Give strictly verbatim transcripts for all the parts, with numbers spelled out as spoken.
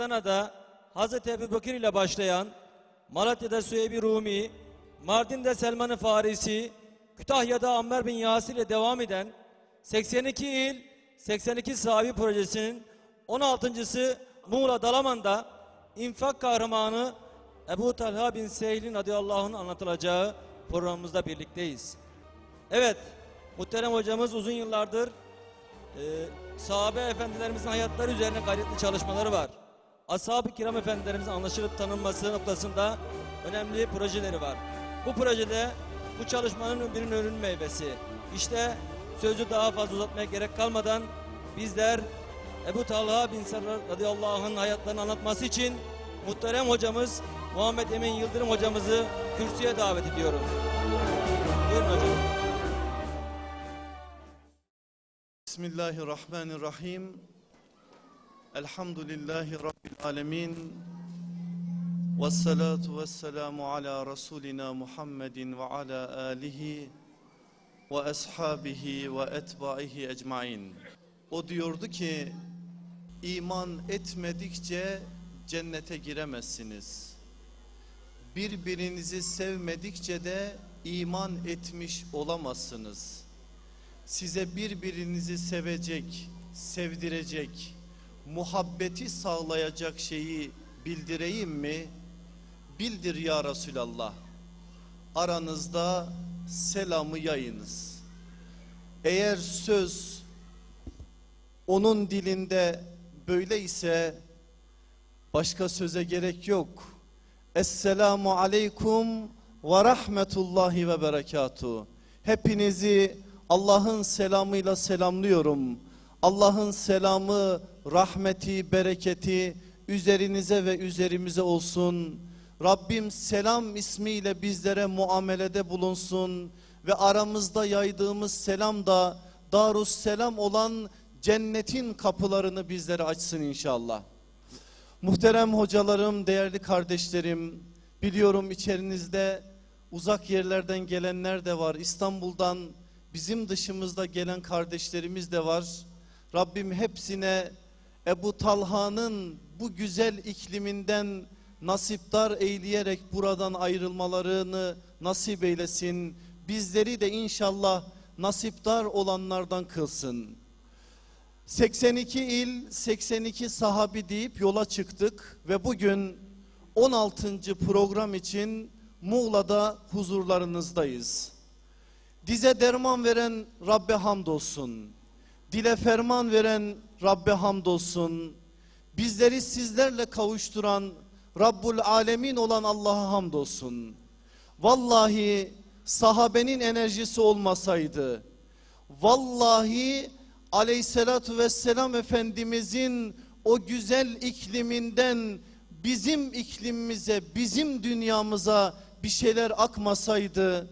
Adana'da Hazreti Ebubekir ile başlayan, Malatya'da Süheyb-i Rumi, Mardin'de Selman-ı Farisi, Kütahya'da Ammer bin Yasir ile devam eden seksen iki il, seksen iki sahabi projesinin on altıncısı Muğla Dalaman'da infak kahramanı Ebu Talha bin Sehlin radıyallahu anh'ın anlatılacağı programımızda birlikteyiz. Evet, muhterem hocamız uzun yıllardır e, sahabe efendilerimizin hayatları üzerine gayretli çalışmaları var. Ashab-ı kiram efendilerimizin anlaşılıp tanınması noktasında önemli projeleri var. Bu projede bu çalışmanın birinin ürün meyvesi. İşte sözü daha fazla uzatmaya gerek kalmadan bizler Ebu Talha bin Sehlin radıyallahu anh'ın hayatlarını anlatması için muhterem hocamız Muhammed Emin Yıldırım hocamızı kürsüye davet ediyorum. Buyurun hocam. Bismillahirrahmanirrahim. Elhamdülillahi Rabbil alemin. Vessalatu vesselamu ala Resulina Muhammedin ve ala alihi ve ashabihi ve etbaihi ecmain. O diyordu ki, iman etmedikçe cennete giremezsiniz. Birbirinizi sevmedikçe de iman etmiş olamazsınız. Size birbirinizi sevecek, sevdirecek, muhabbeti sağlayacak şeyi bildireyim mi? Bildir ya Resulallah. Aranızda selamı yayınız. Eğer söz onun dilinde böyle ise başka söze gerek yok. Esselamu aleyküm ve rahmetullahi ve berekatuhu. Hepinizi Allah'ın selamıyla selamlıyorum. Allah'ın selamı, rahmeti, bereketi üzerinize ve üzerimize olsun. Rabbim selam ismiyle bizlere muamelede bulunsun ve aramızda yaydığımız selam da Darusselam olan cennetin kapılarını bizlere açsın inşallah. Muhterem hocalarım, değerli kardeşlerim, biliyorum içerinizde uzak yerlerden gelenler de var. İstanbul'dan bizim dışımızda gelen kardeşlerimiz de var. Rabbim hepsine Ebu Talha'nın bu güzel ikliminden nasipdar eyleyerek buradan ayrılmalarını nasip eylesin. Bizleri de inşallah nasipdar olanlardan kılsın. seksen iki il, seksen iki sahabi deyip yola çıktık ve bugün on altıncı program için Muğla'da huzurlarınızdayız. Dize derman veren Rabbe hamdolsun. Dile ferman veren Rabbe hamdolsun. Bizleri sizlerle kavuşturan Rabbul Alemin olan Allah'a hamdolsun. Vallahi sahabenin enerjisi olmasaydı, vallahi Aleyhissalatu vesselam Efendimizin o güzel ikliminden bizim iklimimize, bizim dünyamıza bir şeyler akmasaydı,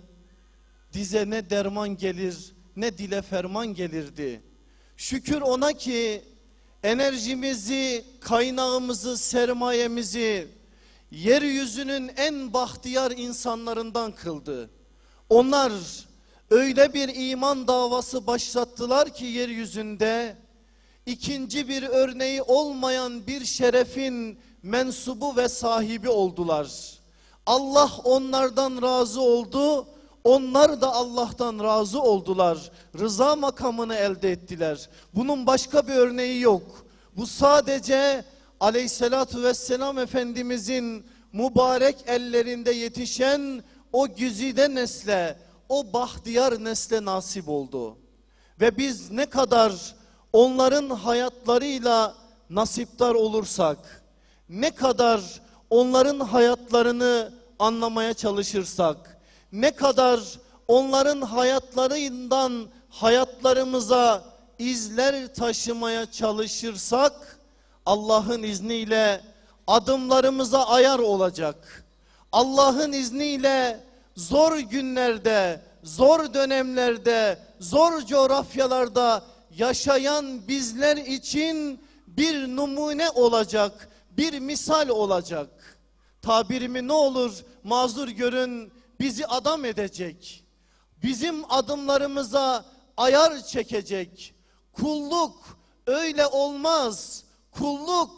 dize ne derman gelir, ne dile ferman gelirdi. Şükür ona ki enerjimizi, kaynağımızı, sermayemizi yeryüzünün en bahtiyar insanlarından kıldı. Onlar öyle bir iman davası başlattılar ki yeryüzünde ikinci bir örneği olmayan bir şerefin mensubu ve sahibi oldular. Allah onlardan razı oldu, onlar da Allah'tan razı oldular. Rıza makamını elde ettiler. Bunun başka bir örneği yok. Bu sadece Aleyhissalatu vesselam Efendimizin mübarek ellerinde yetişen o güzide nesle, o bahtiyar nesle nasip oldu. Ve biz ne kadar onların hayatlarıyla nasipdar olursak, ne kadar onların hayatlarını anlamaya çalışırsak, ne kadar onların hayatlarından hayatlarımıza izler taşımaya çalışırsak, Allah'ın izniyle adımlarımıza ayar olacak. Allah'ın izniyle zor günlerde, zor dönemlerde, zor coğrafyalarda yaşayan bizler için bir numune olacak, bir misal olacak. Tabirimi ne olur mazur görün, bizi adam edecek. Bizim adımlarımıza ayar çekecek. Kulluk öyle olmaz. Kulluk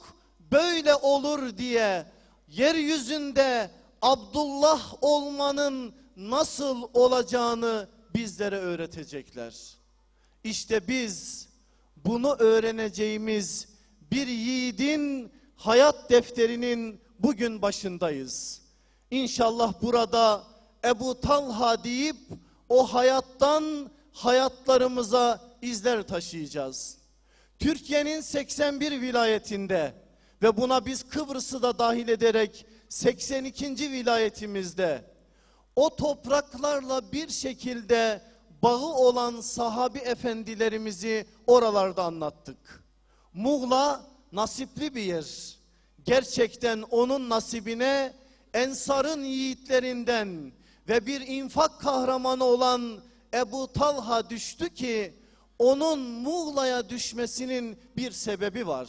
böyle olur diye yeryüzünde Abdullah olmanın nasıl olacağını bizlere öğretecekler. İşte biz bunu öğreneceğimiz bir yiğidin hayat defterinin bugün başındayız. İnşallah burada Ebu Talha deyip o hayattan hayatlarımıza izler taşıyacağız. Türkiye'nin seksen bir vilayetinde ve buna biz Kıbrıs'ı da dahil ederek seksen ikinci vilayetimizde o topraklarla bir şekilde bağı olan sahabi efendilerimizi oralarda anlattık. Muğla nasipli bir yer. Gerçekten onun nasibine Ensar'ın yiğitlerinden ve bir infak kahramanı olan Ebu Talha düştü ki onun Muğla'ya düşmesinin bir sebebi var.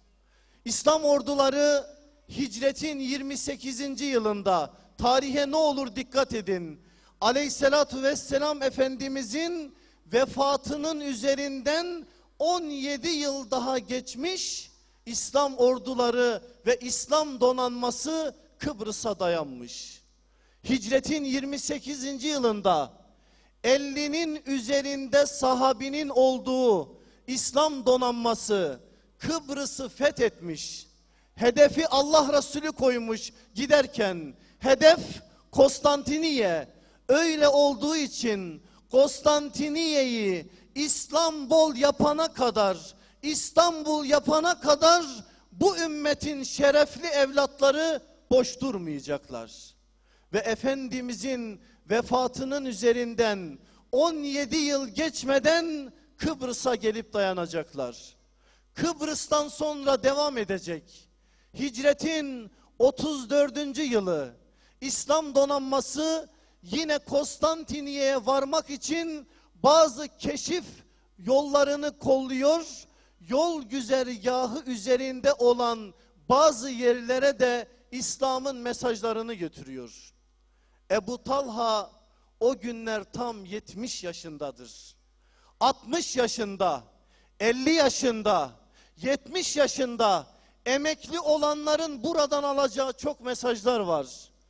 İslam orduları hicretin yirmi sekizinci yılında, tarihe ne olur dikkat edin, Aleyhissalatu vesselam Efendimizin vefatının üzerinden on yedi yıl daha geçmiş, İslam orduları ve İslam donanması Kıbrıs'a dayanmış. Hicretin yirmi sekizinci yılında ellinin üzerinde sahabinin olduğu İslam donanması Kıbrıs'ı fethetmiş. Hedefi Allah Resulü koymuş giderken. Hedef Konstantiniye. Öyle olduğu için Konstantiniye'yi İstanbul yapana kadar, İstanbul yapana kadar bu ümmetin şerefli evlatları boş durmayacaklar. Ve Efendimizin vefatının üzerinden on yedi yıl geçmeden Kıbrıs'a gelip dayanacaklar. Kıbrıs'tan sonra devam edecek. Hicretin otuz dördüncü yılı İslam donanması yine Konstantiniye'ye varmak için bazı keşif yollarını kolluyor. Yol güzergahı üzerinde olan bazı yerlere de İslam'ın mesajlarını götürüyor. Ebu Talha o günler tam yetmiş yaşındadır. altmış yaşında, elli yaşında, yetmiş yaşında emekli olanların buradan alacağı çok mesajlar var.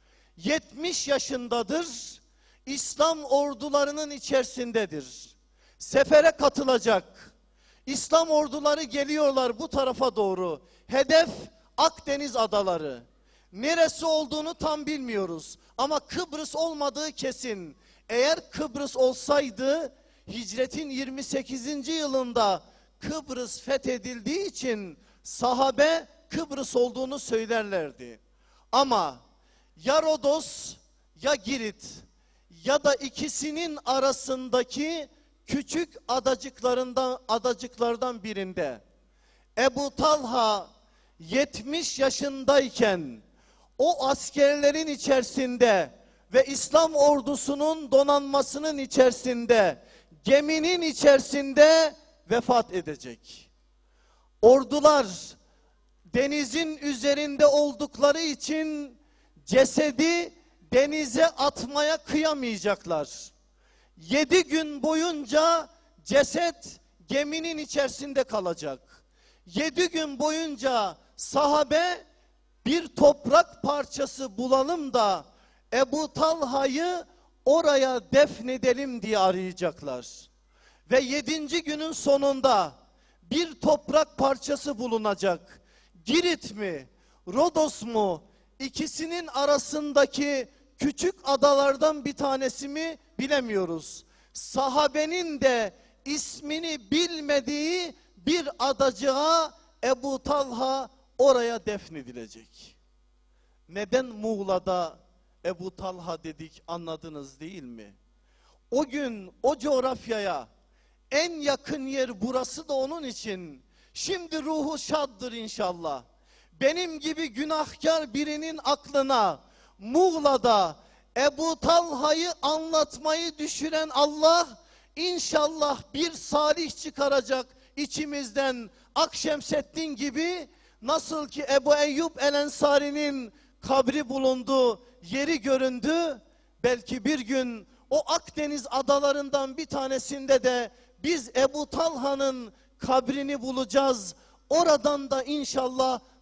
yetmiş yaşındadır, İslam ordularının içerisindedir. Sefere katılacak. İslam orduları geliyorlar bu tarafa doğru. Hedef Akdeniz adaları. Neresi olduğunu tam bilmiyoruz. Ama Kıbrıs olmadığı kesin. Eğer Kıbrıs olsaydı hicretin yirmi sekizinci yılında Kıbrıs fethedildiği için sahabe Kıbrıs olduğunu söylerlerdi. Ama ya Rodos ya Girit ya da ikisinin arasındaki küçük adacıklarından adacıklardan birinde Ebu Talha yetmiş yaşındayken o askerlerin içerisinde ve İslam ordusunun donanmasının içerisinde, geminin içerisinde vefat edecek. Ordular denizin üzerinde oldukları için cesedi denize atmaya kıyamayacaklar. Yedi gün boyunca ceset geminin içerisinde kalacak. Yedi gün boyunca sahabe bir toprak parçası bulalım da Ebu Talha'yı oraya defnedelim diye arayacaklar. Ve yedinci günün sonunda bir toprak parçası bulunacak. Girit mi, Rodos mu, ikisinin arasındaki küçük adalardan bir tanesi mi bilemiyoruz. Sahabenin de ismini bilmediği bir adacığa Ebu Talha oraya defnedilecek. Neden Muğla'da Ebu Talha dedik anladınız değil mi? O gün o coğrafyaya en yakın yer burası da onun için. Şimdi ruhu şaddır inşallah. Benim gibi günahkar birinin aklına Muğla'da Ebu Talha'yı anlatmayı düşüren Allah inşallah bir salih çıkaracak içimizden. Akşemseddin gibi, nasıl ki Ebu Eyyub el-Ensari'nin kabri bulundu, yeri göründü. Belki bir gün o Akdeniz adalarından bir tanesinde de biz Ebu Talha'nın kabrini bulacağız. Oradan da inşallah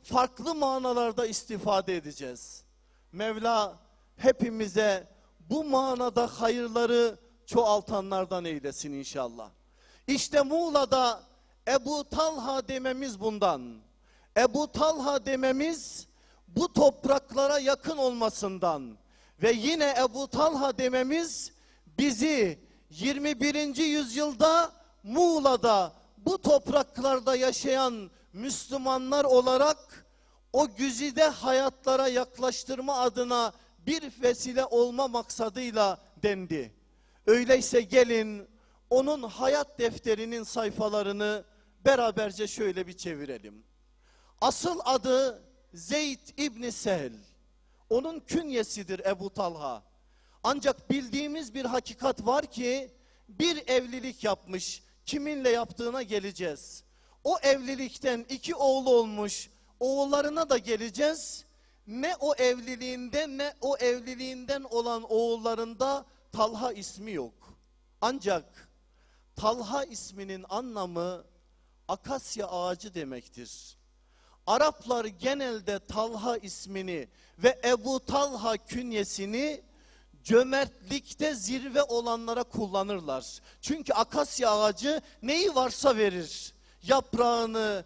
farklı manalarda istifade edeceğiz. Mevla hepimize bu manada hayırları çoğaltanlardan eylesin inşallah. İşte Muğla'da Ebu Talha dememiz bundan. Ebu Talha dememiz bu topraklara yakın olmasından ve yine Ebu Talha dememiz bizi yirmi birinci yüzyılda Muğla'da bu topraklarda yaşayan Müslümanlar olarak o güzide hayatlara yaklaştırma adına bir vesile olma maksadıyla dendi. Öyleyse gelin onun hayat defterinin sayfalarını beraberce şöyle bir çevirelim. Asıl adı Zeyd İbni Sehl. Onun künyesidir Ebu Talha. Ancak bildiğimiz bir hakikat var ki bir evlilik yapmış. Kiminle yaptığına geleceğiz. O evlilikten iki oğlu olmuş. Oğullarına da geleceğiz. Ne o evliliğinde ne o evliliğinden olan oğullarında Talha ismi yok. Ancak Talha isminin anlamı akasya ağacı demektir. Araplar genelde Talha ismini ve Ebu Talha künyesini cömertlikte zirve olanlara kullanırlar. Çünkü akasya ağacı neyi varsa verir. Yaprağını,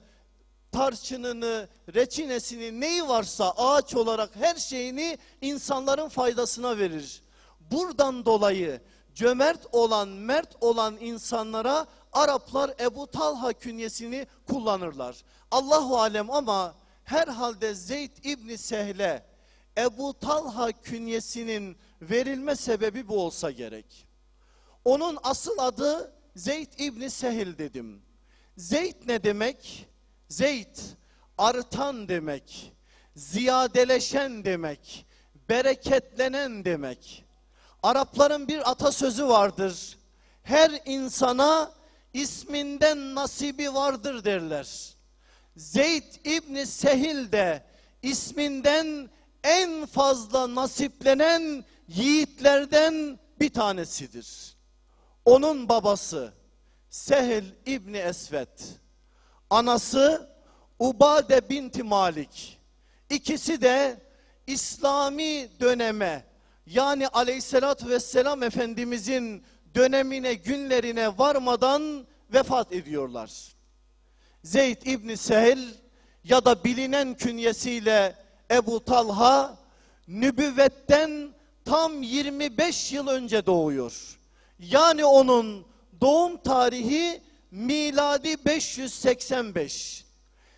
tarçınını, reçinesini, neyi varsa ağaç olarak her şeyini insanların faydasına verir. Buradan dolayı cömert olan, mert olan insanlara Araplar Ebu Talha künyesini kullanırlar. Allahu alem ama herhalde Zeyd İbni Sehl'e Ebu Talha künyesinin verilme sebebi bu olsa gerek. Onun asıl adı Zeyd İbni Sehl dedim. Zeyd ne demek? Zeyd artan demek, ziyadeleşen demek, bereketlenen demek. Arapların bir atasözü vardır. Her insana isminden nasibi vardır derler. Zeyd İbni Sehl de isminden en fazla nasiplenen yiğitlerden bir tanesidir. Onun babası Sehl İbni Esvet, anası Ubade binti Malik. İkisi de İslami döneme, yani Aleyhisselatü Vesselam Efendimizin dönemine, günlerine varmadan vefat ediyorlar. Zeyd İbni Sehl ya da bilinen künyesiyle Ebu Talha nübüvvetten tam yirmi beş yıl önce doğuyor. Yani onun doğum tarihi miladi beş yüz seksen beş.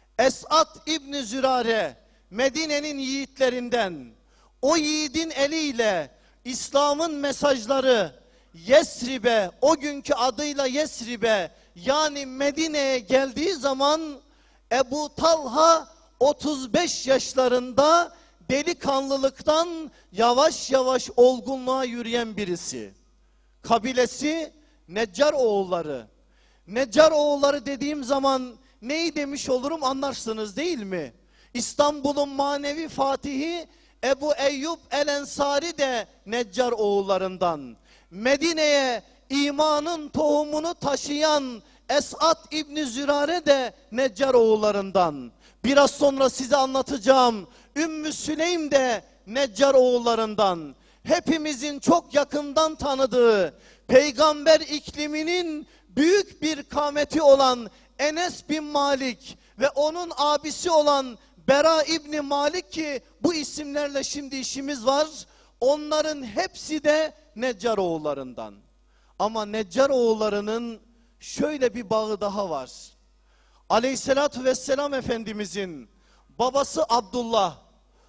Esad İbni Zürare Medine'nin yiğitlerinden, o yiğidin eliyle İslam'ın mesajları Yesrib'e, o günkü adıyla Yesrib'e, yani Medine'ye geldiği zaman Ebu Talha otuz beş yaşlarında delikanlılıktan yavaş yavaş olgunluğa yürüyen birisi. Kabilesi Neccar oğulları. Neccar oğulları dediğim zaman neyi demiş olurum anlarsınız değil mi? İstanbul'un manevi fatihi Ebu Eyyub el-Ensari de Neccar oğullarından. Medine'ye imanın tohumunu taşıyan Esad İbni Zürare de Neccar oğullarından. Biraz sonra size anlatacağım Ümmü Süleym de Neccar oğullarından. Hepimizin çok yakından tanıdığı, peygamber ikliminin büyük bir kâmeti olan Enes bin Malik ve onun abisi olan Bera İbni Malik, ki bu isimlerle şimdi işimiz var. Onların hepsi de Neccar oğullarından. Ama Neccar oğullarının şöyle bir bağı daha var. Aleyhissalatü vesselam Efendimizin babası Abdullah,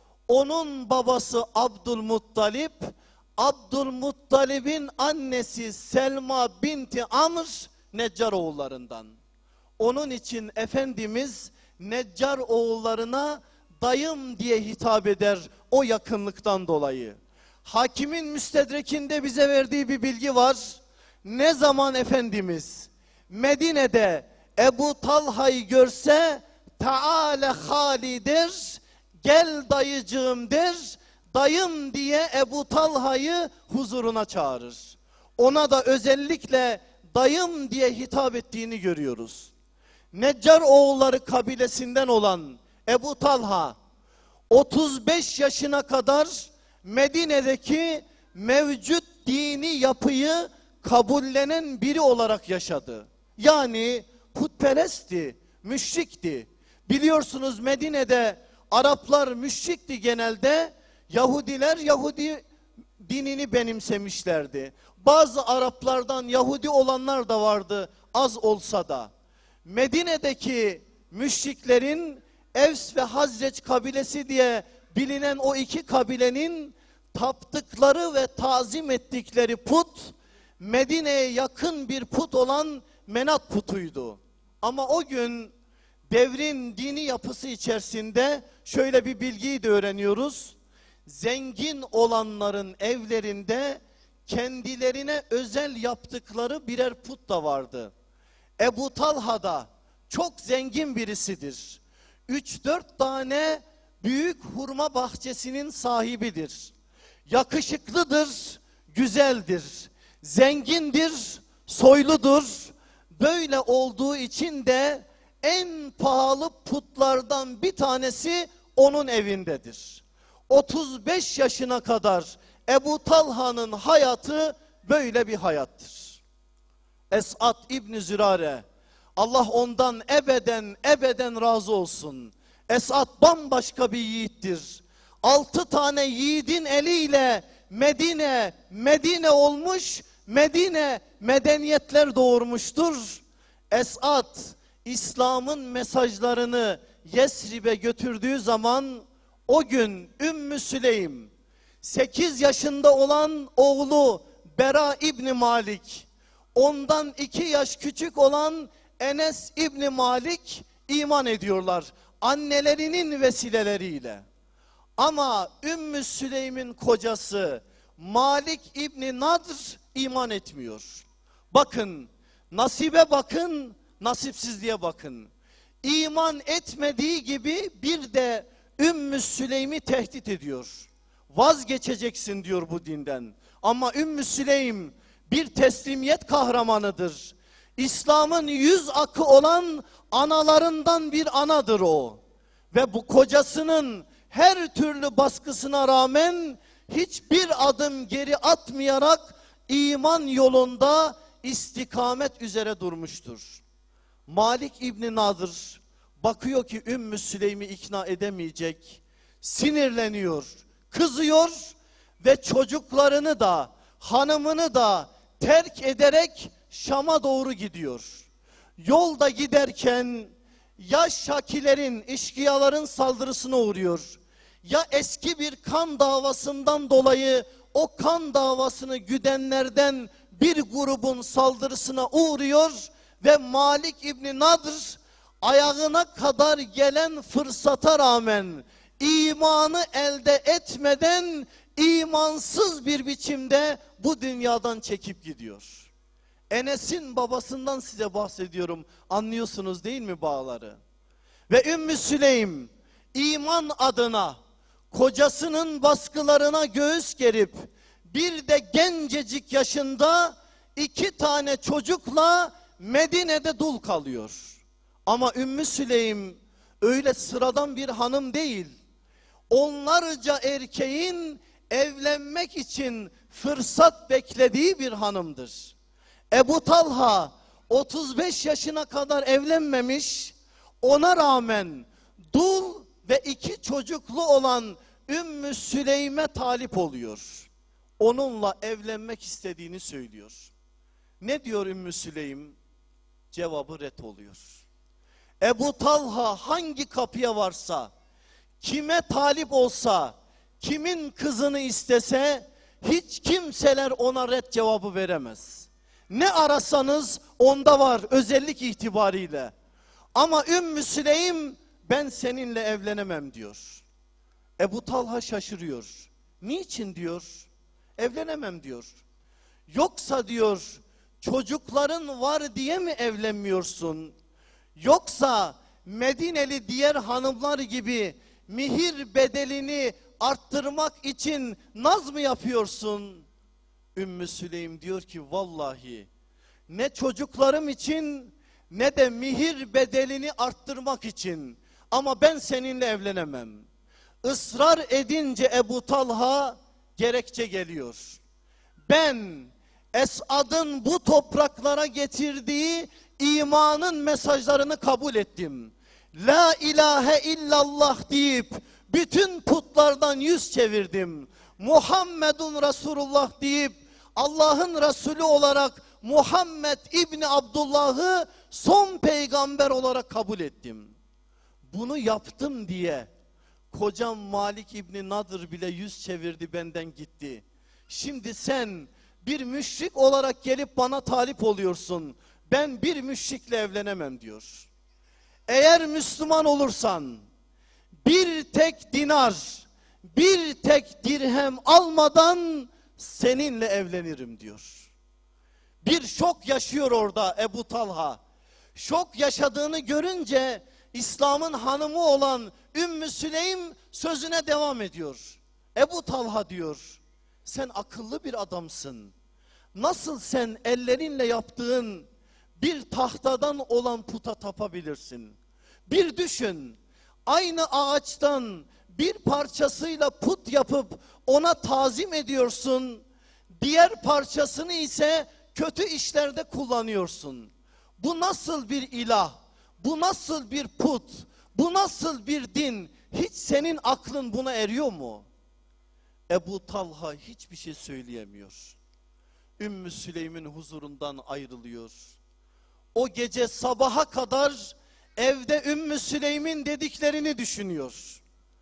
onun babası Abdülmuttalip, Abdülmuttalib'in annesi Selma binti Amr Neccar oğullarından. Onun için Efendimiz Neccar oğullarına dayım diye hitap eder o yakınlıktan dolayı. Hakimin Müstedrek'inde bize verdiği bir bilgi var. Ne zaman Efendimiz Medine'de Ebu Talha'yı görse Teâle hâli der, gel dayıcığım der, dayım diye Ebu Talha'yı huzuruna çağırır. Ona da özellikle dayım diye hitap ettiğini görüyoruz. Neccar oğulları kabilesinden olan Ebu Talha otuz beş yaşına kadar Medine'deki mevcut dini yapıyı kabullenen biri olarak yaşadı. Yani putperestti, müşrikti. Biliyorsunuz Medine'de Araplar müşrikti genelde. Yahudiler Yahudi dinini benimsemişlerdi. Bazı Araplardan Yahudi olanlar da vardı, az olsa da. Medine'deki müşriklerin Evs ve Hazreç kabilesi diye bilinen o iki kabilenin taptıkları ve tazim ettikleri put, Medine'ye yakın bir put olan Menat putuydu. Ama o gün devrin dini yapısı içerisinde şöyle bir bilgiyi de öğreniyoruz. Zengin olanların evlerinde kendilerine özel yaptıkları birer put da vardı. Ebu Talha da çok zengin birisidir. üç dört tane büyük hurma bahçesinin sahibidir. Yakışıklıdır, güzeldir, zengindir, soyludur. Böyle olduğu için de en pahalı putlardan bir tanesi onun evindedir. otuz beş yaşına kadar Ebu Talha'nın hayatı böyle bir hayattır. Esad İbni Zürare, Allah ondan ebeden ebeden razı olsun. Esad bambaşka bir yiğittir. Altı tane yiğidin eliyle Medine, Medine olmuş, Medine medeniyetler doğurmuştur. Esad İslam'ın mesajlarını Yesrib'e götürdüğü zaman o gün Ümmü Süleym, sekiz yaşında olan oğlu Bera İbni Malik, ondan iki yaş küçük olan Enes İbni Malik iman ediyorlar annelerinin vesileleriyle. Ama Ümmü Süleym'in kocası Malik İbni Nadr iman etmiyor. Bakın, nasibe bakın, nasipsizliğe bakın. İman etmediği gibi bir de Ümmü Süleym'i tehdit ediyor. Vazgeçeceksin diyor bu dinden. Ama Ümmü Süleym bir teslimiyet kahramanıdır. İslam'ın yüz akı olan analarından bir anadır o. Ve bu kocasının her türlü baskısına rağmen hiçbir adım geri atmayarak iman yolunda istikamet üzere durmuştur. Malik İbni Nadır bakıyor ki Ümmü Süleym'i ikna edemeyecek, sinirleniyor, kızıyor ve çocuklarını da hanımını da terk ederek Şam'a doğru gidiyor. Yolda giderken ya Şakilerin, işkiyaların saldırısına uğruyor, ya eski bir kan davasından dolayı o kan davasını güdenlerden bir grubun saldırısına uğruyor ve Malik İbni Nadr ayağına kadar gelen fırsata rağmen imanı elde etmeden imansız bir biçimde bu dünyadan çekip gidiyor. Enes'in babasından size bahsediyorum. Anlıyorsunuz değil mi bağları? Ve Ümmü Süleym iman adına kocasının baskılarına göğüs gerip bir de gencecik yaşında iki tane çocukla Medine'de dul kalıyor. Ama Ümmü Süleym öyle sıradan bir hanım değil. Onlarca erkeğin evlenmek için fırsat beklediği bir hanımdır. Ebu Talha otuz beş yaşına kadar evlenmemiş, ona rağmen dul ve iki çocuklu olan Ümmü Süleym'e talip oluyor. Onunla evlenmek istediğini söylüyor. Ne diyor Ümmü Süleym? Cevabı ret oluyor. Ebu Talha hangi kapıya varsa, kime talip olsa, kimin kızını istese hiç kimseler ona ret cevabı veremez. Ne arasanız onda var özellik itibariyle. Ama Ümmü Süleym ben seninle evlenemem diyor. Ebu Talha şaşırıyor. Niçin diyor? Evlenemem diyor. Yoksa diyor çocukların var diye mi evlenmiyorsun? Yoksa Medineli diğer hanımlar gibi mihir bedelini arttırmak için naz mı yapıyorsun? Ümmü Süleym diyor ki vallahi ne çocuklarım için ne de mihir bedelini arttırmak için Ama ben seninle evlenemem. Israr edince Ebu Talha gerekçe geliyor. Ben Esad'ın bu topraklara getirdiği imanın mesajlarını kabul ettim. La ilahe illallah deyip bütün putlardan yüz çevirdim. Muhammedun Resulullah deyip Allah'ın Resulü olarak Muhammed İbni Abdullah'ı son peygamber olarak kabul ettim. Bunu yaptım diye kocam Malik İbni Nadır bile yüz çevirdi, benden gitti. Şimdi sen bir müşrik olarak gelip bana talip oluyorsun. Ben bir müşrikle evlenemem diyor. Eğer Müslüman olursan bir tek dinar, bir tek dirhem almadan seninle evlenirim diyor. Bir şok yaşıyor orada Ebu Talha. Şok yaşadığını görünce İslam'ın hanımı olan Ümmü Süleym sözüne devam ediyor. Ebu Talha diyor, sen akıllı bir adamsın. Nasıl sen ellerinle yaptığın bir tahtadan olan puta tapabilirsin? Bir düşün, aynı ağaçtan bir parçasıyla put yapıp ona tazim ediyorsun. Diğer parçasını ise kötü işlerde kullanıyorsun. Bu nasıl bir ilah? Bu nasıl bir put? Bu nasıl bir din? Hiç senin aklın buna eriyor mu? Ebu Talha hiçbir şey söyleyemiyor. Ümmü Süleym'in huzurundan ayrılıyor. O gece sabaha kadar evde Ümmü Süleym'in dediklerini düşünüyor.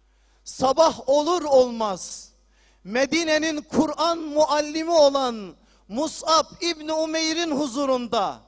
Sabah olur olmaz Medine'nin Kur'an muallimi olan Mus'ab İbni Umeyr'in huzurunda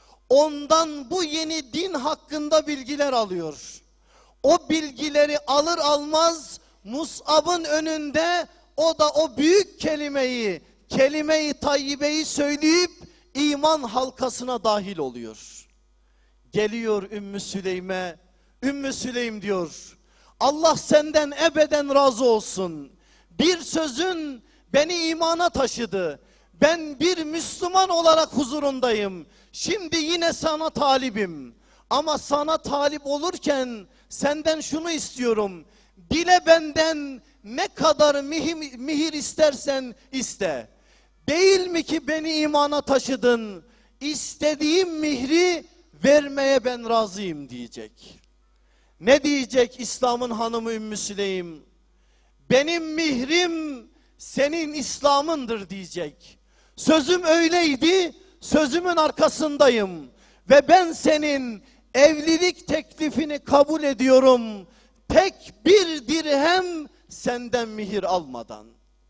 ondan bu yeni din hakkında bilgiler alıyor. O bilgileri alır almaz Mus'ab'ın önünde o da o büyük kelimeyi, kelime-i tayyibeyi söyleyip iman halkasına dahil oluyor. Geliyor Ümmü Süleym'e, Ümmü Süleym diyor, Allah senden ebeden razı olsun. Bir sözün beni imana taşıdı. Ben bir Müslüman olarak huzurundayım. Şimdi yine sana talibim. Ama sana talip olurken senden şunu istiyorum. Dile benden ne kadar mihir, mihir istersen iste. Değil mi ki beni imana taşıdın? İstediğim mihri vermeye ben razıyım diyecek. Ne diyecek İslam'ın hanımı Ümmü Süleym? Benim mihrim senin İslam'ındır diyecek. Sözüm öyleydi, sözümün arkasındayım. Ve ben senin evlilik teklifini kabul ediyorum. Tek bir dirhem senden mihir almadan.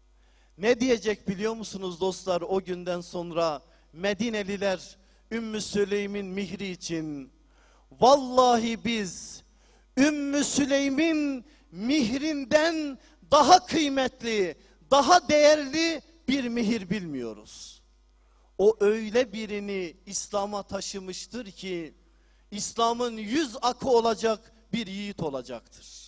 Ne diyecek biliyor musunuz dostlar o günden sonra Medineliler Ümmü Süleym'in mihri için? Vallahi biz Ümmü Süleym'in mihrinden daha kıymetli, daha değerli bir mihir bilmiyoruz. O öyle birini İslam'a taşımıştır ki İslam'ın yüz akı olacak bir yiğit olacaktır.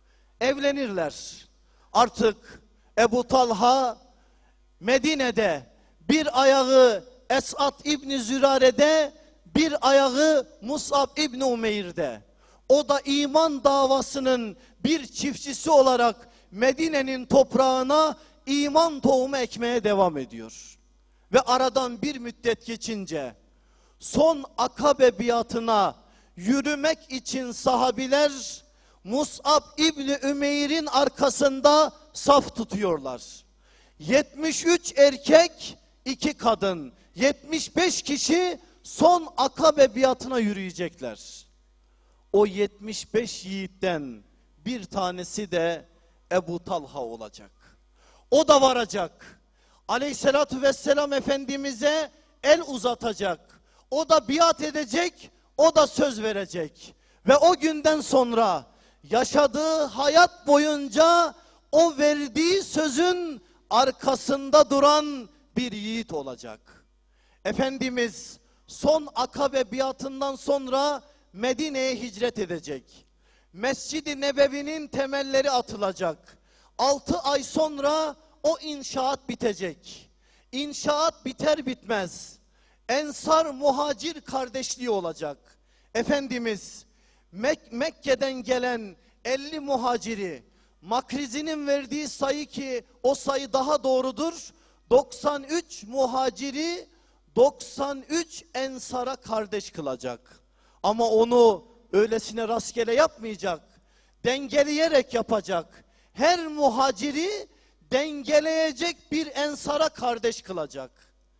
Evlenirler. Artık Ebu Talha Medine'de bir ayağı Esad İbni Zürare'de, bir ayağı Mus'ab İbni Umeyr'de. O da iman davasının bir çiftçisi olarak Medine'nin toprağına iman tohumu ekmeye devam ediyor. Ve aradan bir müddet geçince son Akabe biatına yürümek için sahabiler Mus'ab İbni Ümeyr'in arkasında saf tutuyorlar. yetmiş üç erkek, iki kadın, yetmiş beş kişi son Akabe biatına yürüyecekler. O yetmiş beş yiğitten bir tanesi de Ebu Talha olacak. O da varacak. Aleyhissalatü vesselam Efendimiz'e el uzatacak. O da biat edecek, o da söz verecek. Ve o günden sonra yaşadığı hayat boyunca o verdiği sözün arkasında duran bir yiğit olacak. Efendimiz son Akabe biatından sonra Medine'ye hicret edecek. Mescid-i Nebevi'nin temelleri atılacak. Altı ay sonra o inşaat bitecek. İnşaat biter bitmez Ensar muhacir kardeşliği olacak. Efendimiz Mek Mekke'den gelen elli muhaciri, Makrizi'nin verdiği sayı ki o sayı daha doğrudur, doksan üç muhaciri doksan üç ensara kardeş kılacak. Ama onu öylesine rastgele yapmayacak, dengeleyerek yapacak. Her muhaciri dengeleyecek bir ensara kardeş kılacak.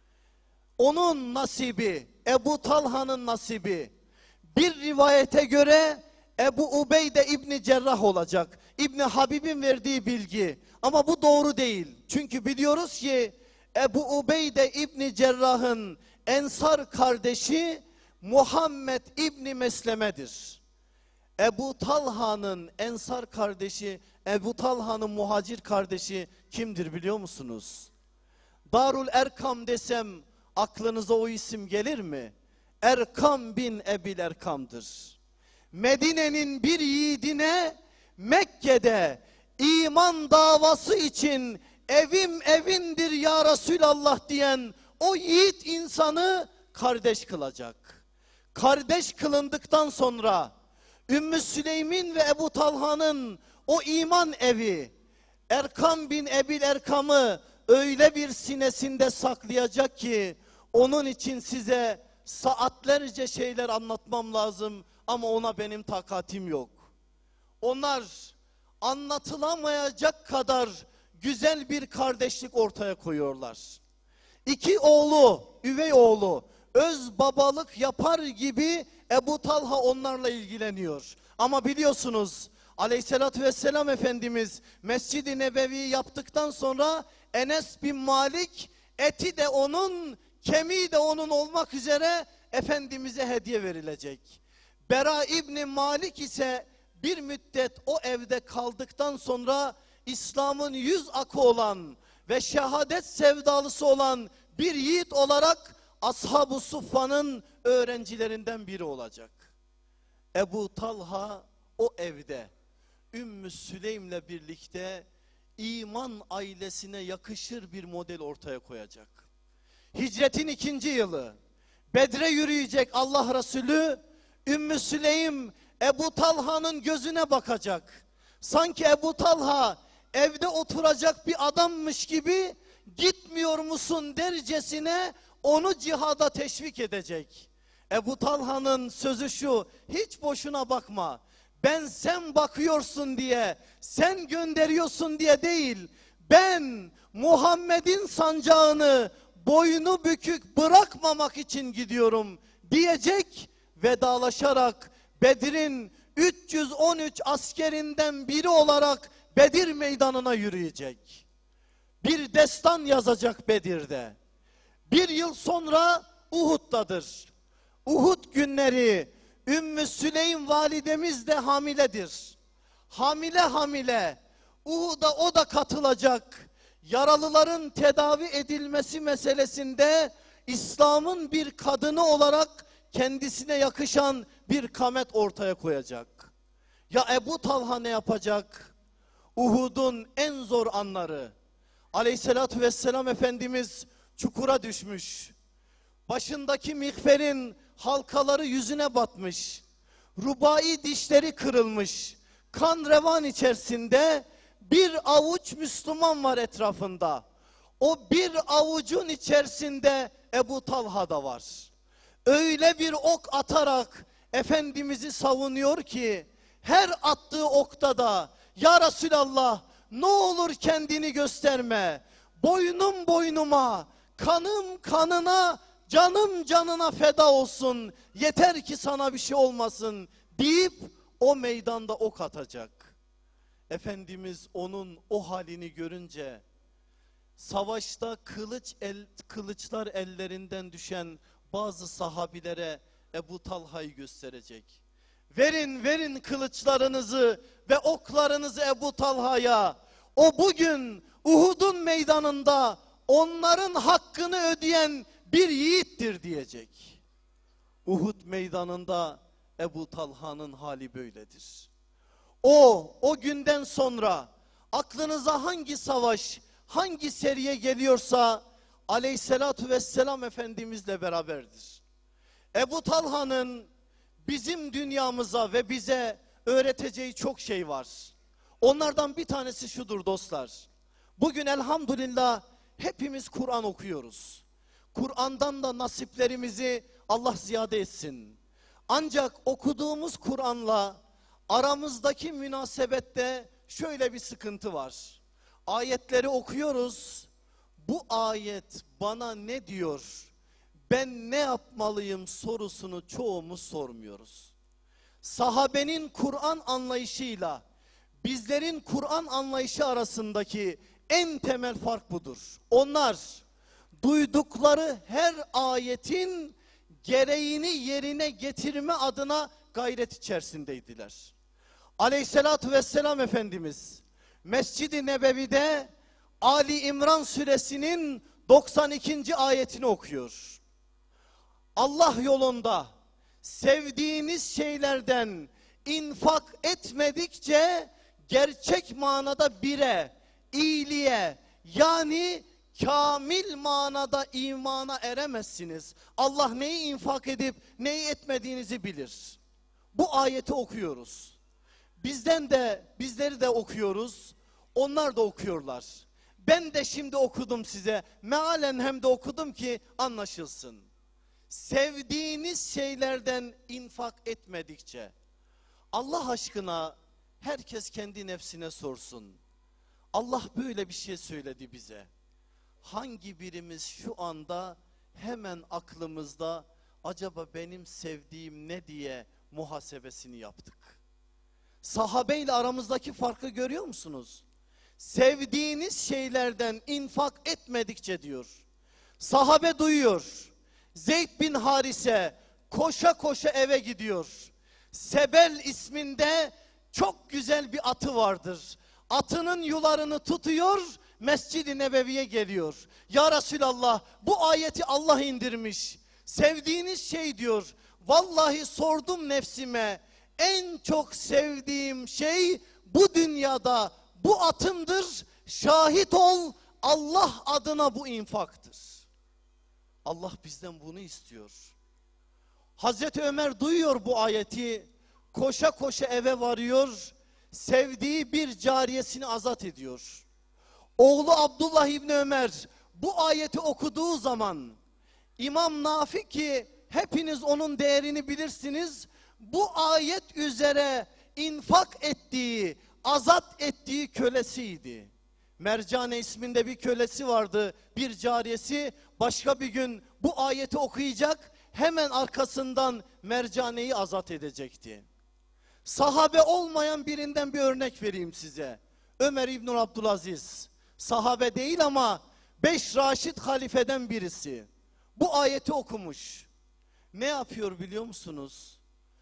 Onun nasibi, Ebu Talha'nın nasibi, bir rivayete göre Ebu Ubeyde İbni Cerrah olacak. İbni Habib'in verdiği bilgi. Ama bu doğru değil. Çünkü biliyoruz ki Ebu Ubeyde İbni Cerrah'ın Ensar kardeşi Muhammed İbni Mesleme'dir. Ebu Talha'nın Ensar kardeşi, Ebu Talha'nın muhacir kardeşi kimdir biliyor musunuz? Darul Erkam desem aklınıza o isim gelir mi? Erkam bin Ebil Erkam'dır. Medine'nin bir yiğidine Mekke'de iman davası için evim evindir ya Resulallah diyen o yiğit insanı kardeş kılacak. Kardeş kılındıktan sonra Ümmü Süleym'in ve Ebu Talha'nın o iman evi Erkam bin Ebil Erkam'ı öyle bir sinesinde saklayacak ki onun için size saatlerce şeyler anlatmam lazım ama ona benim takatim yok. Onlar anlatılamayacak kadar güzel bir kardeşlik ortaya koyuyorlar. İki oğlu, üvey oğlu öz babalık yapar gibi Ebu Talha onlarla ilgileniyor. Ama biliyorsunuz Aleyhisselatü Vesselam Efendimiz Mescid-i Nebevi yaptıktan sonra Enes bin Malik eti de onun, kemiği de onun olmak üzere Efendimiz'e hediye verilecek. Bera İbni Malik ise bir müddet o evde kaldıktan sonra İslam'ın yüz akı olan ve şehadet sevdalısı olan bir yiğit olarak Ashab-ı Suffa'nın öğrencilerinden biri olacak. Ebu Talha o evde Ümmü Süleym'le birlikte iman ailesine yakışır bir model ortaya koyacak. Hicretin ikinci yılı Bedre yürüyecek Allah Resulü, Ümmü Süleym Ebu Talha'nın gözüne bakacak. Sanki Ebu Talha evde oturacak bir adammış gibi gitmiyor musun dercesine onu cihada teşvik edecek. Ebu Talha'nın sözü şu: hiç boşuna bakma. Ben sen bakıyorsun diye, sen gönderiyorsun diye değil. Ben Muhammed'in sancağını boynu bükük bırakmamak için gidiyorum diyecek. Vedalaşarak Bedir'in üç yüz on üç askerinden biri olarak Bedir meydanına yürüyecek. Bir destan yazacak Bedir'de. Bir yıl sonra Uhud'dadır. Uhud günleri Ümmü Süleym validemiz de hamiledir. Hamile hamile Uhud'a o da katılacak. Yaralıların tedavi edilmesi meselesinde İslam'ın bir kadını olarak kendisine yakışan bir kamet ortaya koyacak. Ya Ebu Talha ne yapacak? Uhud'un en zor anları. Aleyhissalatü vesselam Efendimiz çukura düşmüş. Başındaki miğferin halkaları yüzüne batmış. Rubai dişleri kırılmış. Kan revan içerisinde bir avuç Müslüman var etrafında. O bir avucun içerisinde Ebu Talha da var. Öyle bir ok atarak Efendimiz'i savunuyor ki her attığı okta da ya Resulallah ne olur kendini gösterme. Boynum boynuma, kanım kanına, canım canına feda olsun. Yeter ki sana bir şey olmasın deyip o meydanda ok atacak. Efendimiz onun o halini görünce savaşta kılıç el, kılıçlar ellerinden düşen bazı sahabilere Ebu Talha'yı gösterecek. Verin verin kılıçlarınızı ve oklarınızı Ebu Talha'ya. O bugün Uhud'un meydanında onların hakkını ödeyen bir yiğittir diyecek. Uhud meydanında Ebu Talha'nın hali böyledir. O, o günden sonra aklınıza hangi savaş, hangi seriye geliyorsa Aleyhisselatü Vesselam Efendimizle beraberdir. Ebu Talha'nın bizim dünyamıza ve bize öğreteceği çok şey var. Onlardan bir tanesi şudur dostlar. Bugün elhamdülillah hepimiz Kur'an okuyoruz. Kur'an'dan da nasiplerimizi Allah ziyade etsin. Ancak okuduğumuz Kur'an'la aramızdaki münasebette şöyle bir sıkıntı var. Ayetleri okuyoruz. Bu ayet bana ne diyor? Ben ne yapmalıyım sorusunu çoğumuz sormuyoruz. Sahabenin Kur'an anlayışıyla bizlerin Kur'an anlayışı arasındaki en temel fark budur. Onlar duydukları her ayetin gereğini yerine getirme adına gayret içerisindeydiler. Aleyhissalatü vesselam Efendimiz Mescid-i Nebevi'de Ali İmran suresinin doksan ikinci ayetini okuyor. Allah yolunda sevdiğiniz şeylerden infak etmedikçe gerçek manada bire, iyiliğe, yani kamil manada imana eremezsiniz. Allah neyi infak edip neyi etmediğinizi bilir. Bu ayeti okuyoruz. Bizden de, bizleri de okuyoruz. Onlar da okuyorlar. Ben de şimdi okudum size. Mealen hem de okudum ki anlaşılsın. Sevdiğiniz şeylerden infak etmedikçe. Allah aşkına herkes kendi nefsine sorsun. Allah böyle bir şey söyledi bize. Hangi birimiz şu anda hemen aklımızda acaba benim sevdiğim ne diye muhasebesini yaptık? Sahabeyle aramızdaki farkı görüyor musunuz? Sevdiğiniz şeylerden infak etmedikçe diyor. Sahabe duyuyor. Zeyd bin Harise koşa koşa eve gidiyor. Sebel isminde çok güzel bir atı vardır. Atının yularını tutuyor, Mescid-i Nebevi'ye geliyor. Ya Resulallah, bu ayeti Allah indirmiş. Sevdiğiniz şey diyor. Vallahi sordum nefsime, en çok sevdiğim şey bu dünyada bu atımdır. Şahit ol, Allah adına bu infaktır. Allah bizden bunu istiyor. Hazreti Ömer duyuyor bu ayeti, koşa koşa eve varıyor, sevdiği bir cariyesini azat ediyor. Oğlu Abdullah İbni Ömer bu ayeti okuduğu zaman, İmam Nafi ki hepiniz onun değerini bilirsiniz, bu ayet üzere infak ettiği, azat ettiği kölesiydi. Mercane isminde bir kölesi vardı, bir cariyesi. Başka bir gün bu ayeti okuyacak, hemen arkasından Mercane'yi azat edecekti. Sahabe olmayan birinden bir örnek vereyim size. Ömer İbn Abdülaziz. Sahabe değil ama beş Raşid halifeden birisi. Bu ayeti okumuş. Ne yapıyor biliyor musunuz?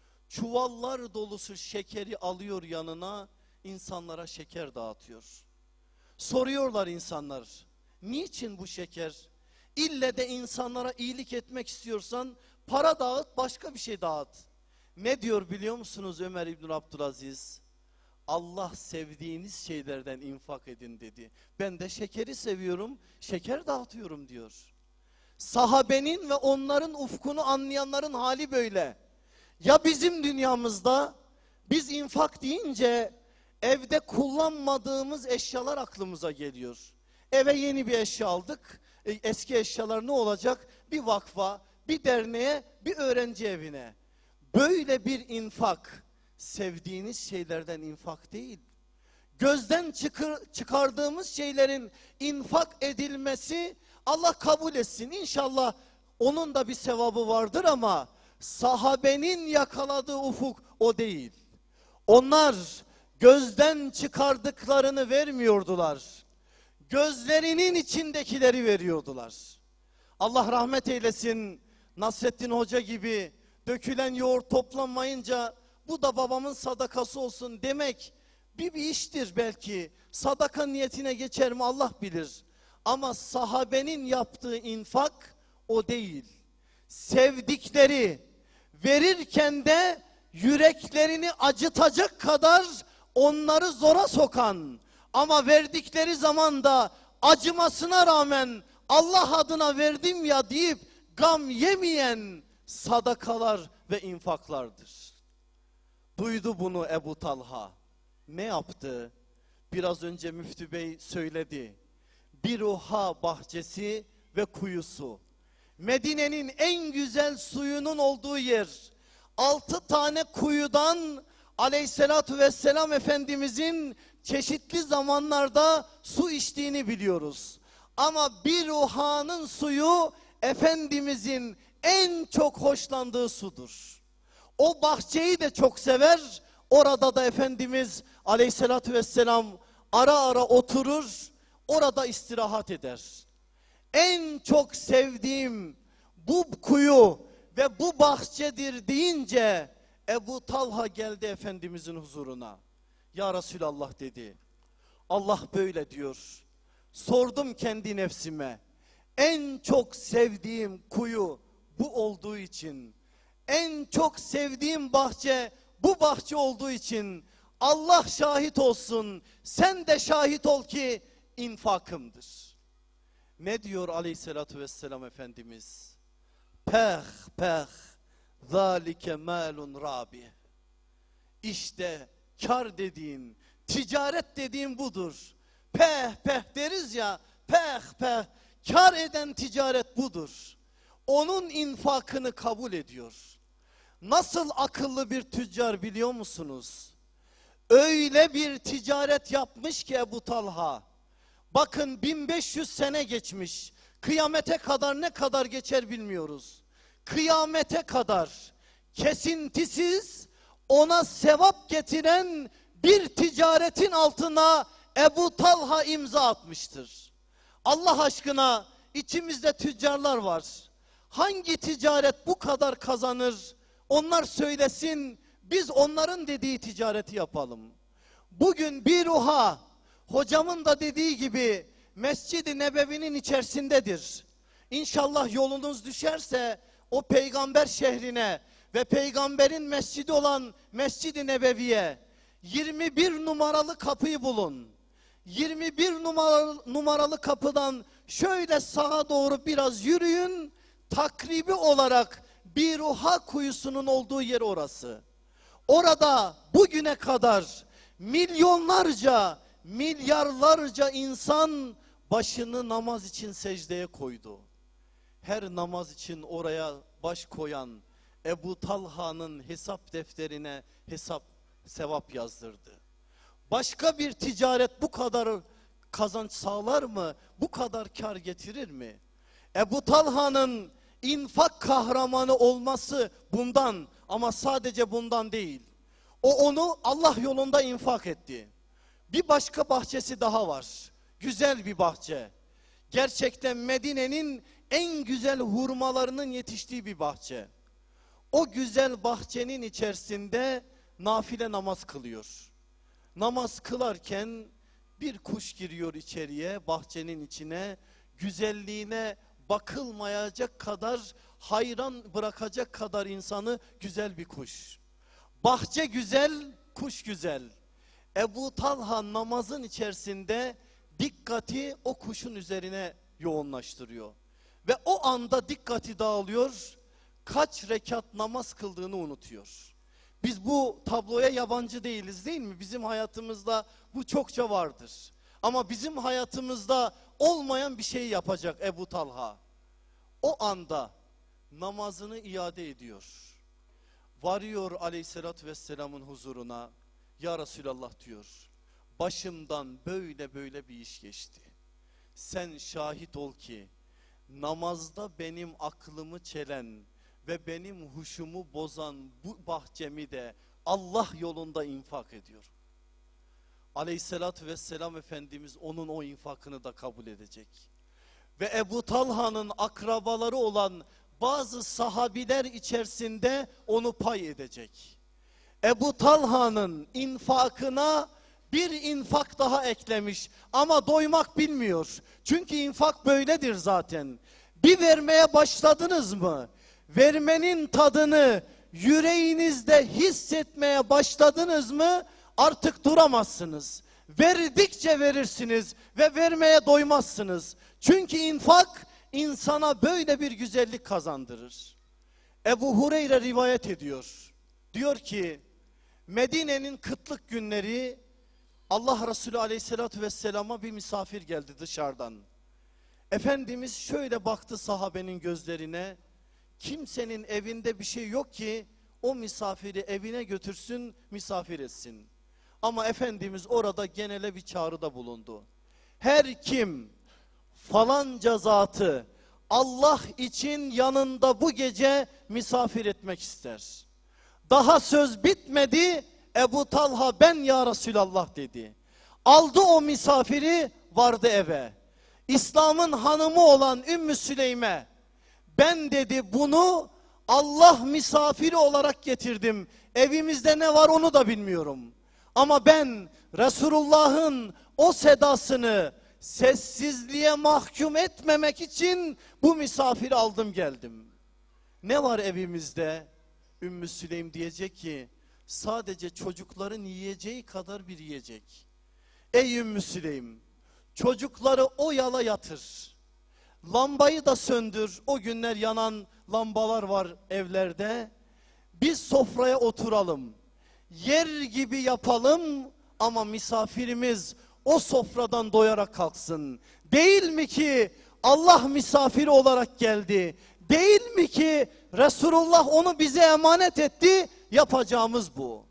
Çuvallar dolusu şekeri alıyor yanına, insanlara şeker dağıtıyor. Soruyorlar insanlar, niçin bu şeker? İlle de insanlara iyilik etmek istiyorsan para dağıt, başka bir şey dağıt. Ne diyor biliyor musunuz Ömer İbn Abdülaziz? Allah sevdiğiniz şeylerden infak edin dedi. Ben de şekeri seviyorum, şeker dağıtıyorum diyor. Sahabenin ve onların ufkunu anlayanların hali böyle. Ya bizim dünyamızda biz infak deyince evde kullanmadığımız eşyalar aklımıza geliyor. Eve yeni bir eşya aldık. E, eski eşyalar ne olacak? Bir vakfa, bir derneğe, bir öğrenci evine. Böyle bir infak sevdiğiniz şeylerden infak değil. Gözden çıkar, çıkardığımız şeylerin infak edilmesi Allah kabul etsin. İnşallah onun da bir sevabı vardır ama sahabenin yakaladığı ufuk o değil. Onlar gözden çıkardıklarını vermiyordular. Gözlerinin içindekileri veriyordular. Allah rahmet eylesin, Nasrettin Hoca gibi dökülen yoğurt toplanmayınca bu da babamın sadakası olsun demek bir, bir iştir belki. Sadaka niyetine geçer mi Allah bilir. Ama sahabenin yaptığı infak o değil. Sevdikleri, verirken de yüreklerini acıtacak kadar onları zora sokan ama verdikleri zaman da acımasına rağmen Allah adına verdim ya deyip gam yemeyen sadakalar ve infaklardır. Duydu bunu Ebu Talha. Ne yaptı? Biraz önce Müftü Bey söyledi. Biruha bahçesi ve kuyusu. Medine'nin en güzel suyunun olduğu yer. Altı tane kuyudan Aleyhisselatü Vesselam Efendimizin çeşitli zamanlarda su içtiğini biliyoruz. Ama Biruha'nın suyu Efendimizin en çok hoşlandığı sudur. O bahçeyi de çok sever. Orada da Efendimiz Aleyhisselatü Vesselam ara ara oturur, orada istirahat eder. En çok sevdiğim bu kuyu ve bu bahçedir deyince Ebu Talha geldi Efendimizin huzuruna. Ya Resulallah dedi. Allah böyle diyor. Sordum kendi nefsime. En çok sevdiğim kuyu bu olduğu için, en çok sevdiğim bahçe bu bahçe olduğu için Allah şahit olsun, sen de şahit ol ki infakımdır. Ne diyor Aleyhisselatü Vesselam Efendimiz? Peh peh zâlike mâlun râbi. İşte kar dediğin, ticaret dediğin budur. Peh peh deriz ya, peh peh, kar eden ticaret budur. Onun infakını kabul ediyor. Nasıl akıllı bir tüccar biliyor musunuz? Öyle bir ticaret yapmış ki Ebu Talha. Bakın bin beş yüz sene geçmiş. Kıyamete kadar ne kadar geçer bilmiyoruz. Kıyamete kadar kesintisiz ona sevap getiren bir ticaretin altına Ebu Talha imza atmıştır. Allah aşkına içimizde tüccarlar var. Hangi ticaret bu kadar kazanır? Onlar söylesin, biz onların dediği ticareti yapalım. Bugün Biruha, hocamın da dediği gibi Mescid-i Nebevi'nin içerisindedir. İnşallah yolunuz düşerse o peygamber şehrine ve peygamberin mescidi olan Mescid-i Nebevi'ye yirmi bir numaralı kapıyı bulun. yirmi bir numaralı, numaralı kapıdan şöyle sağa doğru biraz yürüyün. Takribi olarak Biruha kuyusunun olduğu yer orası. Orada bugüne kadar milyonlarca, milyarlarca insan başını namaz için secdeye koydu. Her namaz için oraya baş koyan Ebu Talha'nın hesap defterine hesap, sevap yazdırdı. Başka bir ticaret bu kadar kazanç sağlar mı? Bu kadar kar getirir mi? Ebu Talha'nın infak kahramanı olması bundan, ama sadece bundan değil. O onu Allah yolunda infak etti. Bir başka bahçesi daha var. Güzel bir bahçe. Gerçekten Medine'nin en güzel hurmalarının yetiştiği bir bahçe. O güzel bahçenin içerisinde nafile namaz kılıyor. Namaz kılarken bir kuş giriyor içeriye, bahçenin içine. Güzelliğine bakılmayacak kadar, hayran bırakacak kadar insanı güzel bir kuş. Bahçe güzel, kuş güzel. Ebu Talha namazın içerisinde dikkati o kuşun üzerine yoğunlaştırıyor. Ve o anda dikkati dağılıyor, kaç rekat namaz kıldığını unutuyor. Biz bu tabloya yabancı değiliz, değil mi? Bizim hayatımızda bu çokça vardır. Ama bizim hayatımızda olmayan bir şey yapacak Ebu Talha. O anda namazını iade ediyor. Varıyor Aleyhisselatü Vesselam'ın huzuruna. Ya Resulallah diyor, başımdan böyle böyle bir iş geçti. Sen şahit ol ki namazda benim aklımı çelen ve benim huşumu bozan bu bahçemi de Allah yolunda infak ediyorum. Aleyhissalatü vesselam Efendimiz onun o infakını da kabul edecek. Ve Ebu Talha'nın akrabaları olan bazı sahabiler içerisinde onu pay edecek. Ebu Talha'nın infakına bir infak daha eklemiş ama doymak bilmiyor. Çünkü infak böyledir zaten. Bir vermeye başladınız mı? Vermenin tadını yüreğinizde hissetmeye başladınız mı? Artık duramazsınız. Verdikçe verirsiniz ve vermeye doymazsınız. Çünkü infak insana böyle bir güzellik kazandırır. Ebu Hureyre rivayet ediyor. Diyor ki Medine'nin kıtlık günleri Allah Resulü Aleyhisselatü Vesselam'a bir misafir geldi dışarıdan. Efendimiz şöyle baktı sahabenin gözlerine. Kimsenin evinde bir şey yok ki o misafiri evine götürsün, misafir etsin. Ama Efendimiz orada genele bir çağrıda bulundu. Her kim falanca zatı Allah için yanında bu gece misafir etmek ister. Daha söz bitmedi, Ebu Talha ben ya Resulallah dedi. Aldı o misafiri, vardı eve. İslam'ın hanımı olan Ümmü Süleym'e ben dedi bunu Allah misafiri olarak getirdim. Evimizde ne var onu da bilmiyorum. Ama ben Resulullah'ın o sedasını sessizliğe mahkum etmemek için bu misafiri aldım geldim. Ne var evimizde? Ümmü Süleym diyecek ki sadece çocukların yiyeceği kadar bir yiyecek. Ey Ümmü Süleym, çocukları o yala yatır. Lambayı da söndür. O günler yanan lambalar var evlerde. Biz sofraya oturalım. Yer gibi yapalım ama misafirimiz o sofradan doyarak kalksın. Değil mi ki Allah misafiri olarak geldi? Değil mi ki Resulullah onu bize emanet etti? Yapacağımız bu.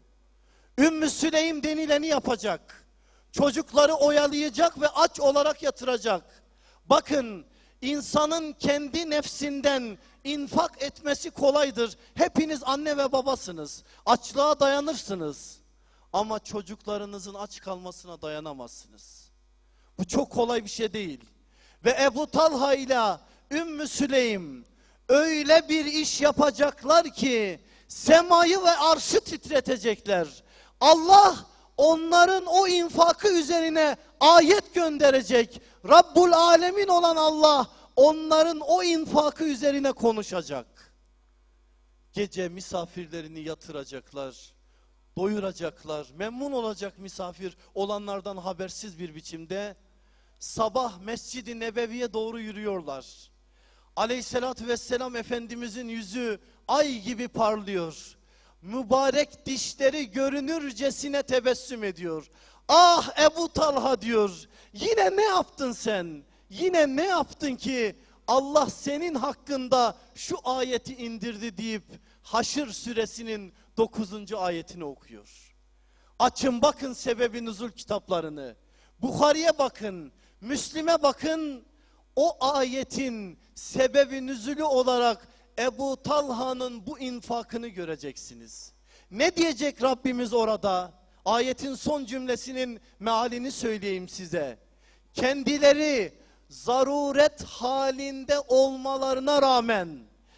Ümmü Süleym denileni yapacak. Çocukları oyalayacak ve aç olarak yatıracak. Bakın, insanın kendi nefsinden infak etmesi kolaydır. Hepiniz anne ve babasınız. Açlığa dayanırsınız. Ama çocuklarınızın aç kalmasına dayanamazsınız. Bu çok kolay bir şey değil. Ve Ebu Talha ile Ümmü Süleym öyle bir iş yapacaklar ki semayı ve arşı titretecekler. Allah onların o infakı üzerine ayet gönderecek. Rabbul Alemin olan Allah onların o infakı üzerine konuşacak. Gece misafirlerini yatıracaklar, doyuracaklar, memnun olacak misafir olanlardan habersiz bir biçimde. Sabah Mescid-i Nebevi'ye doğru yürüyorlar. Aleyhissalatü vesselam Efendimizin yüzü ay gibi parlıyor. Mübarek dişleri görünürcesine tebessüm ediyor. Ah Ebu Talha diyor, yine ne yaptın sen? Yine ne yaptın ki Allah senin hakkında şu ayeti indirdi deyip Haşr suresinin dokuzuncu ayetini okuyor. Açın bakın sebebi nüzul kitaplarını. Bukhari'ye bakın, Müslim'e bakın. O ayetin sebebi nüzulü olarak Ebu Talha'nın bu infakını göreceksiniz. Ne diyecek Rabbimiz orada? Ayetin son cümlesinin mealini söyleyeyim size. Kendileri zaruret halinde olmalarına rağmen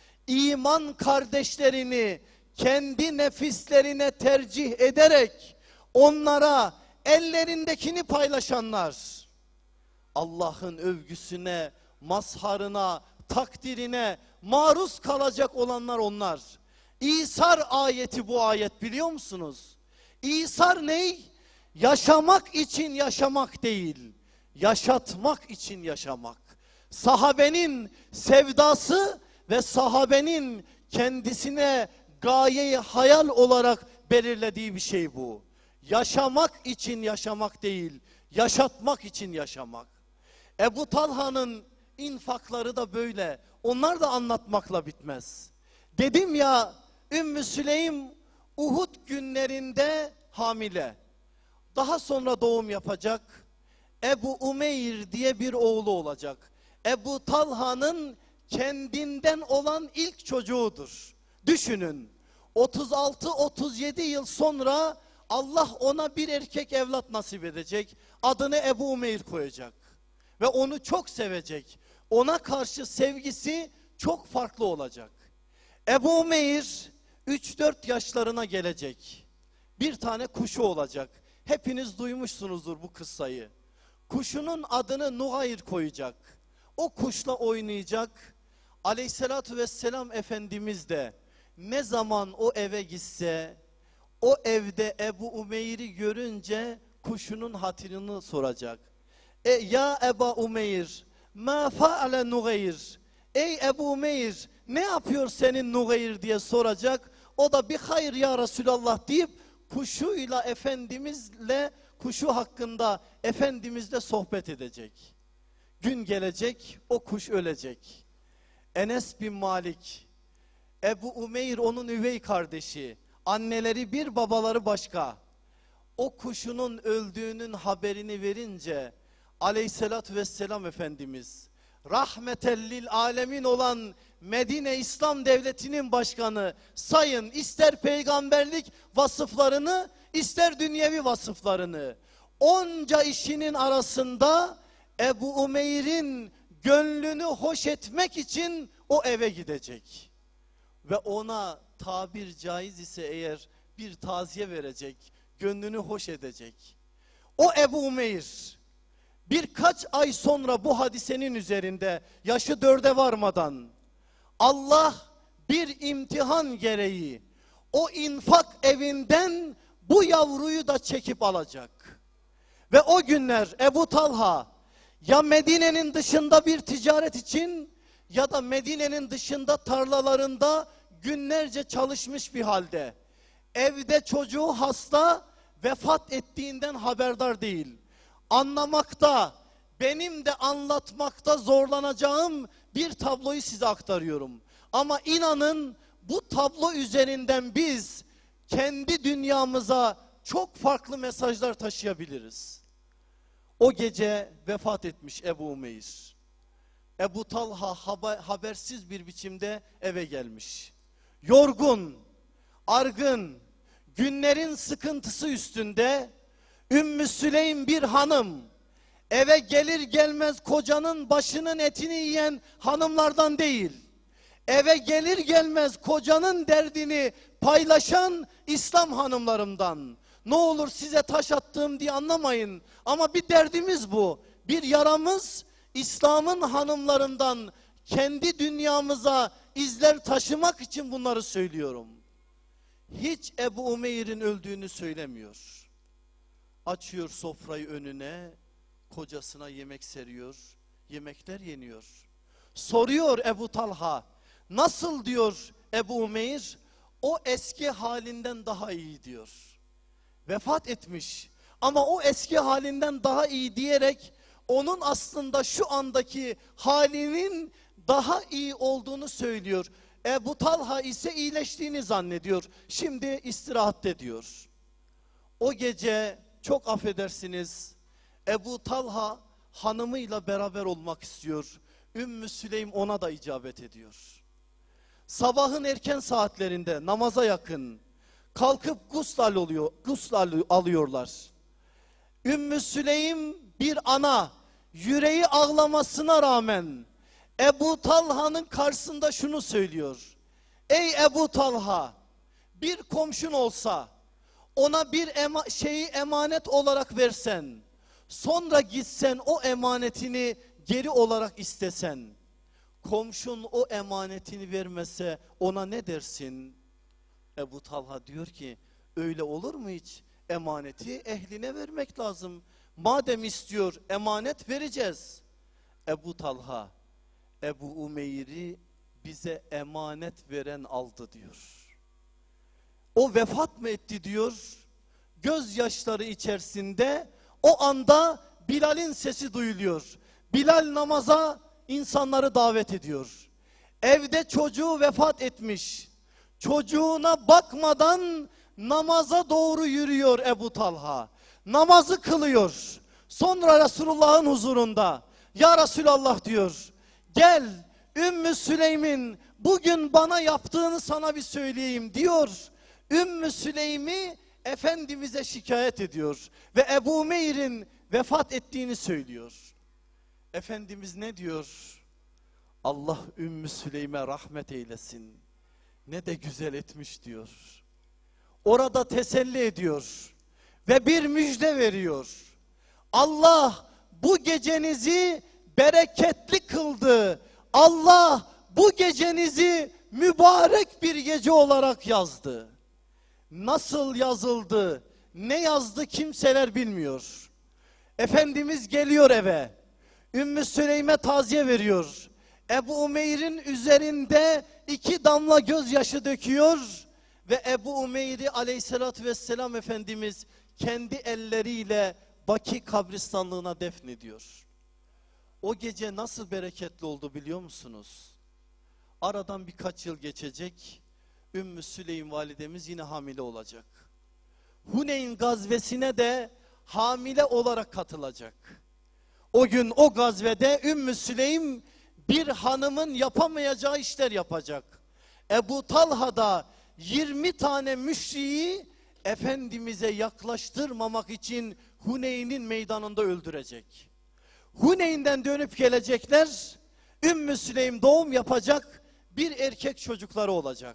iman kardeşlerini kendi nefislerine tercih ederek onlara ellerindekini paylaşanlar, Allah'ın övgüsüne, mazharına, takdirine maruz kalacak olanlar onlar. İsar ayeti bu ayet, biliyor musunuz? İsar ney? Yaşamak için yaşamak değil, yaşatmak için yaşamak. Sahabenin sevdası ve sahabenin kendisine gayeyi hayal olarak belirlediği bir şey bu. Yaşamak için yaşamak değil, yaşatmak için yaşamak. Ebu Talha'nın infakları da böyle. Onlar da anlatmakla bitmez. Dedim ya, Ümmü Süleym Uhud günlerinde hamile. Daha sonra doğum yapacak. Ebu Umeyr diye bir oğlu olacak. Ebu Talha'nın kendinden olan ilk çocuğudur. Düşünün, otuz altı otuz yedi yıl sonra Allah ona bir erkek evlat nasip edecek. Adını Ebu Umeyr koyacak. Ve onu çok sevecek. Ona karşı sevgisi çok farklı olacak. Ebu Umeyr üç dört yaşlarına gelecek. Bir tane kuşu olacak. Hepiniz duymuşsunuzdur bu kıssayı. Kuşunun adını Nuhayr koyacak. O kuşla oynayacak. Aleyhissalatü vesselam Efendimiz de ne zaman o eve gitse, o evde Ebu Umeyr'i görünce kuşunun hatırını soracak. E, ya Ebu Umeyr, ma faale Nuhayr? Ey Ebu Umeyr, ne yapıyor senin Nugayr diye soracak. O da bir hayır ya Resulallah deyip kuşuyla Efendimizle, kuşu hakkında Efendimizle sohbet edecek. Gün gelecek, o kuş ölecek. Enes bin Malik, Ebu Umeyr onun üvey kardeşi, anneleri bir babaları başka. O kuşunun öldüğünün haberini verince aleyhissalatü vesselam Efendimiz, rahmetellil alemin olan Medine İslam Devleti'nin başkanı, sayın ister peygamberlik vasıflarını ister dünyevi vasıflarını, onca işinin arasında Ebu Umeyr'in gönlünü hoş etmek için o eve gidecek. Ve ona tabir caiz ise eğer bir taziye verecek, gönlünü hoş edecek. O Ebu Umeyr birkaç ay sonra bu hadisenin üzerinde yaşı dörde varmadan Allah bir imtihan gereği o infak evinden bu yavruyu da çekip alacak. Ve o günler Ebu Talha ya Medine'nin dışında bir ticaret için ya da Medine'nin dışında tarlalarında günlerce çalışmış bir halde. Evde çocuğu hasta, vefat ettiğinden haberdar değil. Anlamakta, benim de anlatmakta zorlanacağım bir tabloyu size aktarıyorum. Ama inanın bu tablo üzerinden biz kendi dünyamıza çok farklı mesajlar taşıyabiliriz. O gece vefat etmiş Ebu Umeyr. Ebu Talha habersiz bir biçimde eve gelmiş. Yorgun, argın, günlerin sıkıntısı üstünde Ümmü Süleym bir hanım, eve gelir gelmez kocanın başının etini yiyen hanımlardan değil, eve gelir gelmez kocanın derdini paylaşan İslam hanımlarımdan. Ne olur size taş attığım diye anlamayın ama bir derdimiz bu, bir yaramız. İslam'ın hanımlarından kendi dünyamıza izler taşımak için bunları söylüyorum. Hiç Ebu Umeyr'in öldüğünü söylemiyor. Açıyor sofrayı önüne, kocasına yemek seriyor, yemekler yeniyor. Soruyor Ebu Talha, nasıl diyor Ebu Umeyr? O eski halinden daha iyi diyor. Vefat etmiş ama o eski halinden daha iyi diyerek onun aslında şu andaki halinin daha iyi olduğunu söylüyor. Ebu Talha ise iyileştiğini zannediyor. Şimdi istirahatte diyor. O gece çok affedersiniz Ebu Talha hanımıyla beraber olmak istiyor. Ümmü Süleym ona da icabet ediyor. Sabahın erken saatlerinde namaza yakın kalkıp gusl alıyor, gusl alıyorlar. Ümmü Süleym bir ana yüreği ağlamasına rağmen Ebu Talha'nın karşısında şunu söylüyor. Ey Ebu Talha, bir komşun olsa ona bir ema şeyi emanet olarak versen, sonra gitsen o emanetini geri olarak istesen, komşun o emanetini vermese ona ne dersin? Ebu Talha diyor ki öyle olur mu hiç? Emaneti ehline vermek lazım. Madem istiyor emanet vereceğiz. Ebu Talha, Ebu Umeyr'i bize emanet veren aldı diyor. O vefat mı etti diyor. Gözyaşları içerisinde o anda Bilal'in sesi duyuluyor. Bilal namaza insanları davet ediyor. Evde çocuğu vefat etmiş. Çocuğuna bakmadan namaza doğru yürüyor Ebu Talha. Namazı kılıyor. Sonra Resulullah'ın huzurunda ya Resulallah diyor. Gel Ümmü Süleym'in bugün bana yaptığını sana bir söyleyeyim diyor. Ümmü Süleym'i Efendimiz'e şikayet ediyor. Ve Ebu Umeyr'in vefat ettiğini söylüyor. Efendimiz ne diyor? Allah Ümmü Süleym'e rahmet eylesin. Ne de güzel etmiş diyor. Orada teselli ediyor. Ve bir müjde veriyor. Allah bu gecenizi bereketli kıldı. Allah bu gecenizi mübarek bir gece olarak yazdı. Nasıl yazıldı, ne yazdı kimseler bilmiyor. Efendimiz geliyor eve. Ümmü Süleym'e taziye veriyor. Ebu Umeyr'in üzerinde iki damla gözyaşı döküyor ve Ebu Umeyr'i aleyhissalatü vesselam Efendimiz kendi elleriyle Baki kabristanlığına defnediyor. O gece nasıl bereketli oldu biliyor musunuz? Aradan birkaç yıl geçecek, Ümmü Süleym validemiz yine hamile olacak. Huneyn gazvesine de hamile olarak katılacak. O gün o gazvede Ümmü Süleym bir hanımın yapamayacağı işler yapacak. Ebu Talha da yirmi tane müşriği Efendimiz'e yaklaştırmamak için Huneyn'in meydanında öldürecek. Huneyn'den dönüp gelecekler, Ümmü Süleym doğum yapacak, bir erkek çocukları olacak.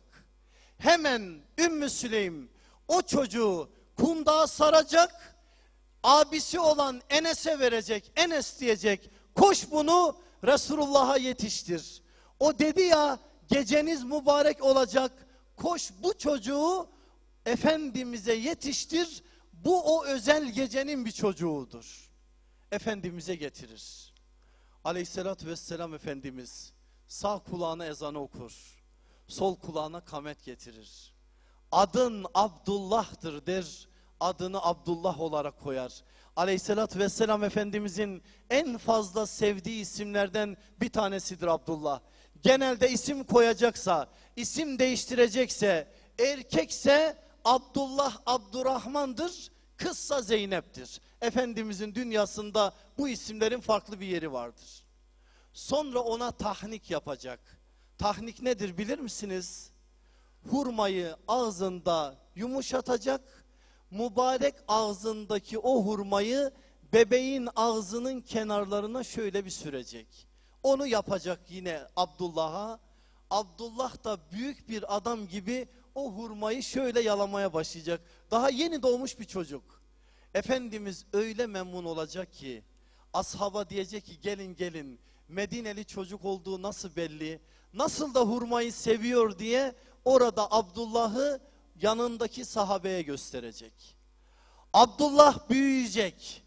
Hemen Ümmü Süleym o çocuğu kundağa saracak, abisi olan Enes'e verecek. Enes diyecek, koş bunu Resulullah'a yetiştir. O dedi ya, geceniz mübarek olacak, koş bu çocuğu Efendimiz'e yetiştir. Bu o özel gecenin bir çocuğudur. Efendimiz'e getirir. Aleyhissalatü vesselam Efendimiz sağ kulağına ezanı okur, sol kulağına kamet getirir. Adın Abdullah'tır der, adını Abdullah olarak koyar. Aleyhissalatü vesselam Efendimizin en fazla sevdiği isimlerden bir tanesidir Abdullah. Genelde isim koyacaksa, isim değiştirecekse, erkekse Abdullah Abdurrahman'dır, kızsa Zeynep'tir. Efendimizin dünyasında bu isimlerin farklı bir yeri vardır. Sonra ona tahnik yapacak. Tahnik nedir bilir misiniz? Hurmayı ağzında yumuşatacak, mübarek ağzındaki o hurmayı bebeğin ağzının kenarlarına şöyle bir sürecek. Onu yapacak yine Abdullah'a. Abdullah da büyük bir adam gibi o hurmayı şöyle yalamaya başlayacak. Daha yeni doğmuş bir çocuk. Efendimiz öyle memnun olacak ki ashaba diyecek ki gelin gelin, Medineli çocuk olduğu nasıl belli, nasıl da hurmayı seviyor diye orada Abdullah'ı yanındaki sahabeye gösterecek. Abdullah büyüyecek.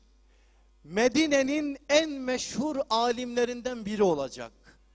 Medine'nin en meşhur alimlerinden biri olacak.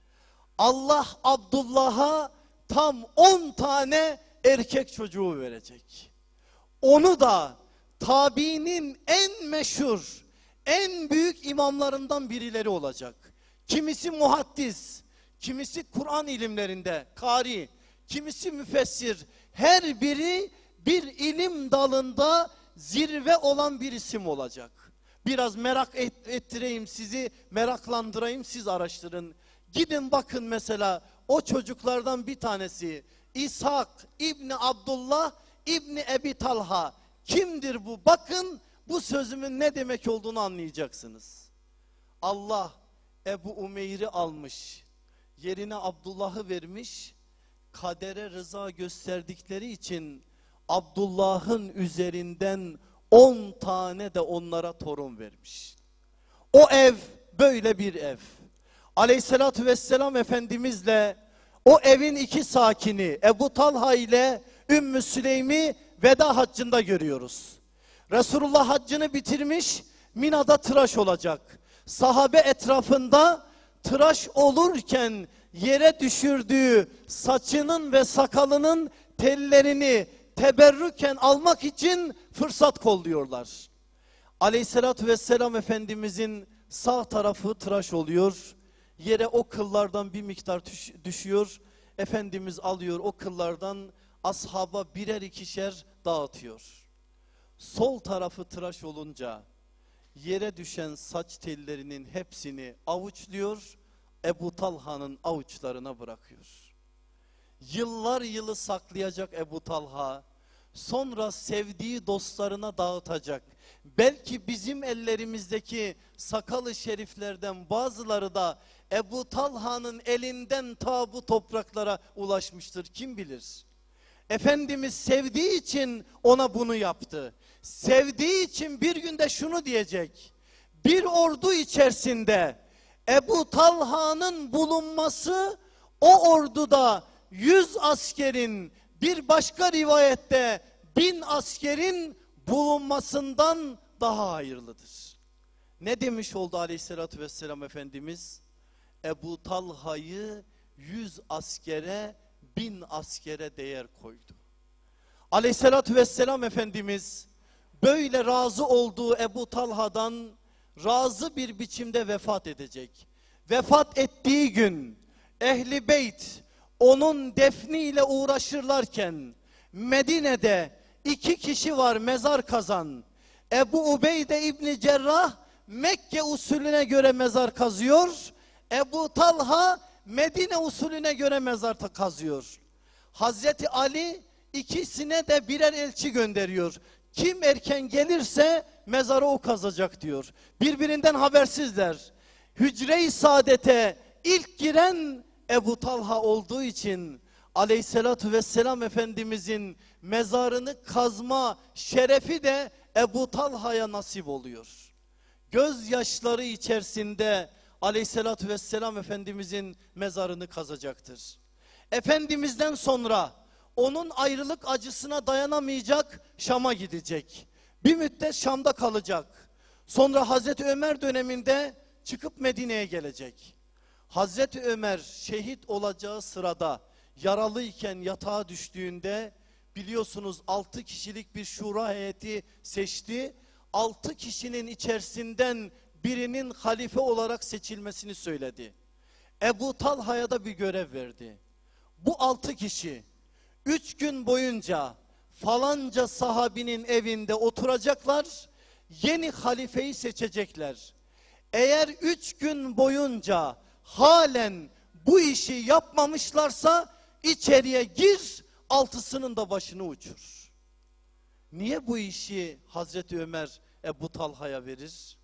Allah Abdullah'a tam on tane erkek çocuğu verecek. Onu da tabiinin en meşhur, en büyük imamlarından birileri olacak. Kimisi muhaddis, kimisi Kur'an ilimlerinde kari, kimisi müfessir. Her biri bir ilim dalında zirve olan bir isim olacak. Biraz merak et, ettireyim sizi, meraklandırayım, siz araştırın. Gidin bakın mesela o çocuklardan bir tanesi İshak İbni Abdullah İbni Ebi Talha. Kimdir bu? Bakın bu sözümün ne demek olduğunu anlayacaksınız. Allah Ebu Umeyr'i almış, yerine Abdullah'ı vermiş, kadere rıza gösterdikleri için Abdullah'ın üzerinden on tane de onlara torun vermiş. O ev böyle bir ev. Aleyhissalatü vesselam Efendimizle o evin iki sakini Ebu Talha ile Ümmü Süleym'i veda haccında görüyoruz. Resulullah haccını bitirmiş, Mina'da tıraş olacak. Sahabe etrafında tıraş olurken yere düşürdüğü saçının ve sakalının tellerini teberrüken almak için fırsat kolluyorlar. Aleyhissalatü vesselam Efendimizin sağ tarafı tıraş oluyor. Yere o kıllardan bir miktar düşüyor. Efendimiz alıyor o kıllardan ashaba birer ikişer dağıtıyor. Sol tarafı tıraş olunca yere düşen saç tellerinin hepsini avuçluyor. Ebu Talha'nın avuçlarına bırakıyor. Yıllar yılı saklayacak Ebu Talha. Sonra sevdiği dostlarına dağıtacak. Belki bizim ellerimizdeki sakalı şeriflerden bazıları da Ebu Talha'nın elinden ta bu topraklara ulaşmıştır. Kim bilir? Efendimiz sevdiği için ona bunu yaptı. Sevdiği için bir günde şunu diyecek. Bir ordu içerisinde Ebu Talha'nın bulunması o orduda yüz askerin, bir başka rivayette bin askerin bulunmasından daha hayırlıdır. Ne demiş oldu Aleyhisselatü Vesselam Efendimiz? Ebu Talha'yı yüz askere bin askere değer koydu. Aleyhissalatü vesselam Efendimiz böyle razı olduğu Ebu Talha'dan razı bir biçimde vefat edecek. Vefat ettiği gün Ehli Beyt onun defniyle uğraşırlarken Medine'de iki kişi var mezar kazan. Ebu Ubeyde İbni Cerrah Mekke usulüne göre mezar kazıyor. Ebu Talha Medine usulüne göre mezar kazıyor. Hazreti Ali ikisine de birer elçi gönderiyor. Kim erken gelirse mezarı o kazacak diyor. Birbirinden habersizler. Hücre-i Saadet'e ilk giren Ebu Talha olduğu için Aleyhisselatü Vesselam Efendimizin mezarını kazma şerefi de Ebu Talha'ya nasip oluyor. Gözyaşları içerisinde Aleyhisselatü Vesselam Efendimizin mezarını kazacaktır. Efendimizden sonra onun ayrılık acısına dayanamayacak, Şam'a gidecek. Bir müddet Şam'da kalacak. Sonra Hazreti Ömer döneminde çıkıp Medine'ye gelecek. Hazreti Ömer şehit olacağı sırada yaralıyken yatağa düştüğünde biliyorsunuz altı kişilik bir şura heyeti seçti. Altı kişinin içerisinden birinin halife olarak seçilmesini söyledi. Ebu Talha'ya da bir görev verdi. Bu altı kişi üç gün boyunca falanca sahabinin evinde oturacaklar, yeni halifeyi seçecekler. Eğer üç gün boyunca halen bu işi yapmamışlarsa içeriye gir, altısının da başını uçur. Niye bu işi Hazreti Ömer Ebu Talha'ya verir?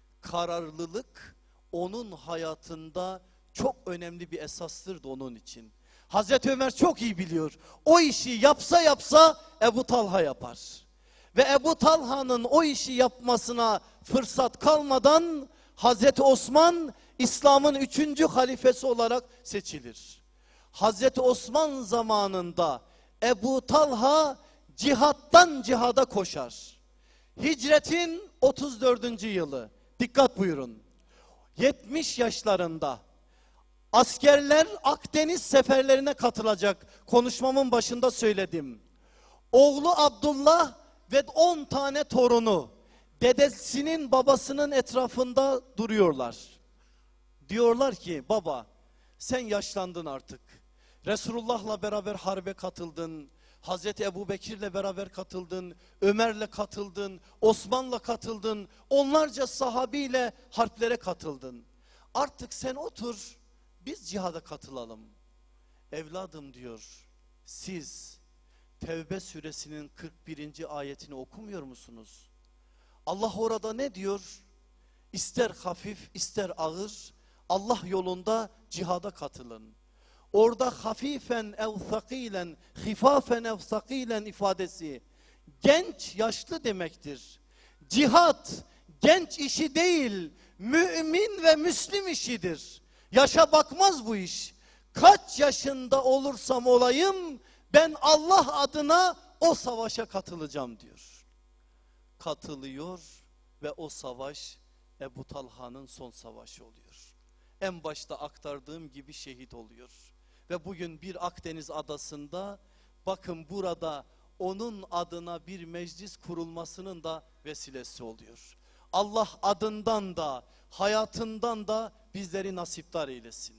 Kararlılık onun hayatında çok önemli bir esastır da onun için. Hazreti Ömer çok iyi biliyor. O işi yapsa yapsa Ebu Talha yapar. Ve Ebu Talha'nın o işi yapmasına fırsat kalmadan Hazreti Osman İslam'ın üçüncü halifesi olarak seçilir. Hazreti Osman zamanında Ebu Talha cihattan cihada koşar. Hicretin otuz dördüncü yılı. Dikkat buyurun. yetmiş yaşlarında askerler Akdeniz seferlerine katılacak. Konuşmamın başında söyledim. Oğlu Abdullah ve on tane torunu dedesinin babasının etrafında duruyorlar. Diyorlar ki baba sen yaşlandın artık. Resulullah'la beraber harbe katıldın. Hazreti Ebu Bekir'le beraber katıldın. Ömer'le katıldın. Osman'la katıldın. Onlarca sahabiyle harplere katıldın. Artık sen otur, biz cihada katılalım. Evladım diyor, siz Tevbe suresinin kırk birinci ayetini okumuyor musunuz? Allah orada ne diyor? İster hafif ister ağır Allah yolunda cihada katılın. Orada hafifen ev sakilen, hifafen ev sakilen ifadesi genç yaşlı demektir. Cihat genç işi değil, mümin ve müslim işidir. Yaşa bakmaz bu iş. Kaç yaşında olursam olayım ben Allah adına o savaşa katılacağım diyor. Katılıyor ve o savaş Ebu Talha'nın son savaşı oluyor. En başta aktardığım gibi şehit oluyor. Ve bugün bir Akdeniz adasında bakın burada onun adına bir meclis kurulmasının da vesilesi oluyor. Allah adından da hayatından da bizleri nasipdar eylesin.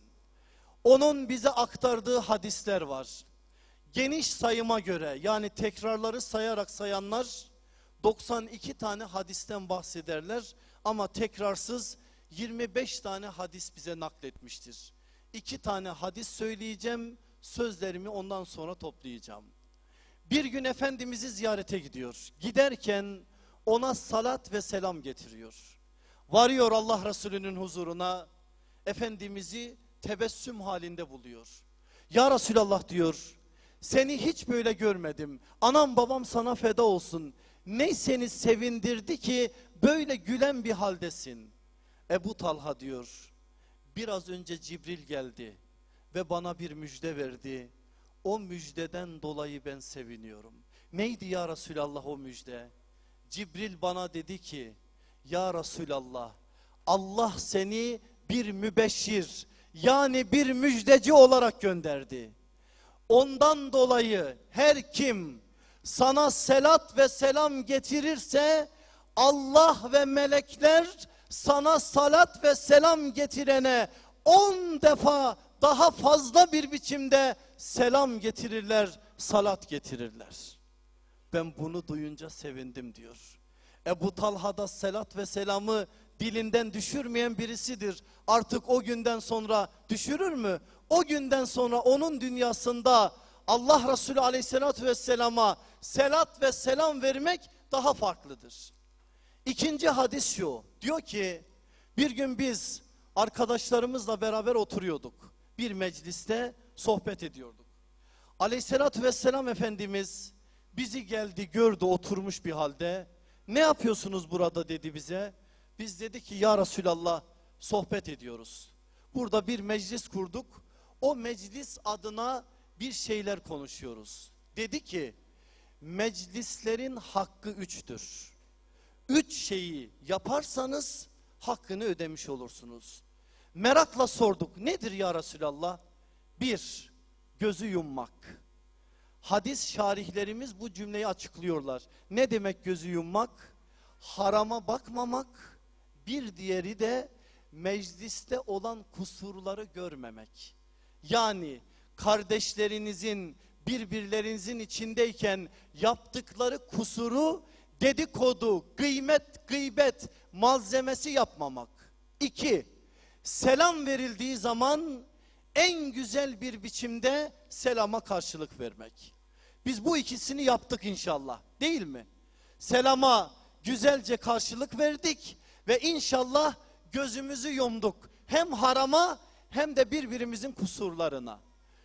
Onun bize aktardığı hadisler var. Geniş sayıma göre yani tekrarları sayarak sayanlar doksan iki tane hadisten bahsederler ama tekrarsız yirmi beş tane hadis bize nakletmiştir. İki tane hadis söyleyeceğim, sözlerimi ondan sonra toplayacağım. Bir gün Efendimiz'i ziyarete gidiyor. Giderken ona salat ve selam getiriyor. Varıyor Allah Resulü'nün huzuruna, Efendimiz'i tebessüm halinde buluyor. Ya Resulallah diyor, seni hiç böyle görmedim. Anam babam sana feda olsun. Ne seni sevindirdi ki böyle gülen bir haldesin? Ebu Talha diyor, biraz önce Cibril geldi ve bana bir müjde verdi. O müjdeden dolayı ben seviniyorum. Neydi ya Resulallah o müjde? Cibril bana dedi ki, ya Resulallah, Allah seni bir mübeşşir yani bir müjdeci olarak gönderdi. Ondan dolayı her kim sana selat ve selam getirirse Allah ve melekler sana salat ve selam getirene on defa daha fazla bir biçimde selam getirirler, salat getirirler. Ben bunu duyunca sevindim diyor. Ebu Talha da selat ve selamı dilinden düşürmeyen birisidir. Artık o günden sonra düşürür mü? O günden sonra onun dünyasında Allah Resulü Aleyhisselatü Vesselam'a selat ve selam vermek daha farklıdır. İkinci hadis şu, diyor ki bir gün biz arkadaşlarımızla beraber oturuyorduk. Bir mecliste sohbet ediyorduk. Aleyhisselatü Vesselam Efendimiz bizi geldi gördü oturmuş bir halde. Ne yapıyorsunuz burada dedi bize. Biz dedik ki ya Resulallah sohbet ediyoruz. Burada bir meclis kurduk. O meclis adına bir şeyler konuşuyoruz. Dedi ki meclislerin hakkı üçtür. Üç şeyi yaparsanız hakkını ödemiş olursunuz. Merakla sorduk. Nedir ya Resulallah? Bir, gözü yummak. Hadis şarihlerimiz bu cümleyi açıklıyorlar. Ne demek gözü yummak? Harama bakmamak. Bir diğeri de mecliste olan kusurları görmemek. Yani kardeşlerinizin birbirlerinizin içindeyken yaptıkları kusuru dedikodu, kıymet, gıybet malzemesi yapmamak. İki, selam verildiği zaman en güzel bir biçimde selama karşılık vermek. Biz bu ikisini yaptık inşallah, değil mi? Selama güzelce karşılık verdik ve inşallah gözümüzü yumduk. Hem harama hem de birbirimizin kusurlarına.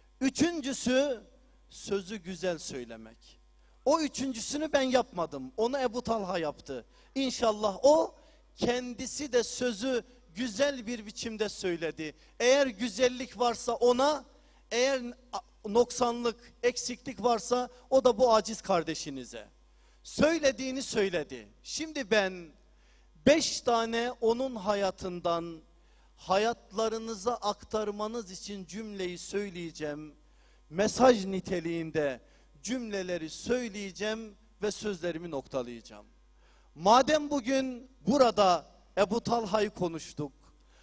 Üçüncüsü sözü güzel söylemek. O üçüncüsünü ben yapmadım. Onu Ebu Talha yaptı. İnşallah o kendisi de sözü güzel bir biçimde söyledi. Eğer güzellik varsa ona, eğer noksanlık, eksiklik varsa o da bu aciz kardeşinize. Söylediğini söyledi. Şimdi ben beş tane onun hayatından hayatlarınıza aktarmanız için cümleyi söyleyeceğim. Mesaj niteliğinde cümleleri söyleyeceğim ve sözlerimi noktalayacağım. Madem bugün burada Ebu Talha'yı konuştuk,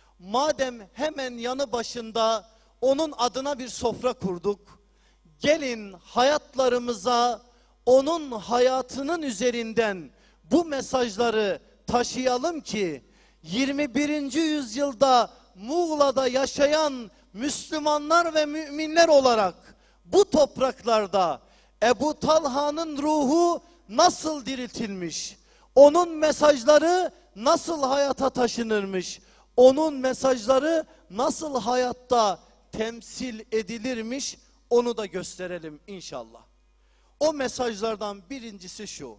madem hemen yanı başında onun adına bir sofra kurduk, gelin hayatlarımıza onun hayatının üzerinden bu mesajları taşıyalım ki yirmi birinci yüzyılda Muğla'da yaşayan Müslümanlar ve müminler olarak bu topraklarda Ebu Talha'nın ruhu nasıl diriltilmiş, onun mesajları nasıl hayata taşınırmış, onun mesajları nasıl hayatta temsil edilirmiş, onu da gösterelim inşallah. O mesajlardan birincisi şu: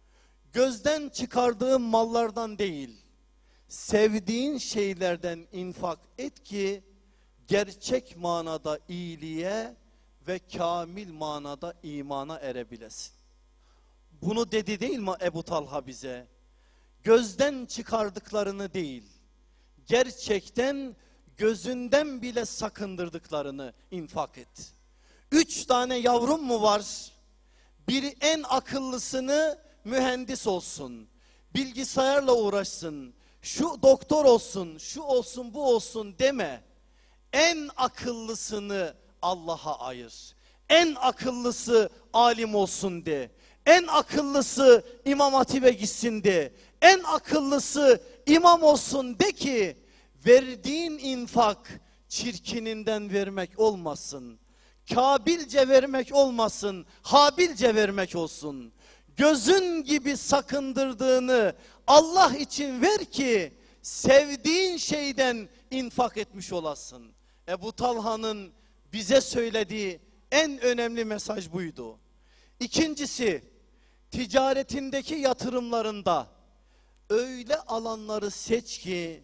gözden çıkardığın mallardan değil, sevdiğin şeylerden infak et ki gerçek manada iyiliğe ve kamil manada imana erebilesin. Bunu dedi değil mi Ebu Talha bize? Gözden çıkardıklarını değil, gerçekten gözünden bile sakındırdıklarını infak et. Üç tane yavrum mu var? Biri en akıllısını mühendis olsun, bilgisayarla uğraşsın, şu doktor olsun, şu olsun, bu olsun deme. En akıllısını Allah'a ayır. En akıllısı alim olsun de. En akıllısı İmam Hatip'e gitsin de. En akıllısı imam olsun de ki verdiğin infak çirkininden vermek olmasın. Kabilce vermek olmasın, Habilce vermek olsun. Gözün gibi sakındırdığını Allah için ver ki sevdiğin şeyden infak etmiş olasın. Ebu Talha'nın bize söylediği en önemli mesaj buydu. İkincisi, ticaretindeki yatırımlarında öyle alanları seç ki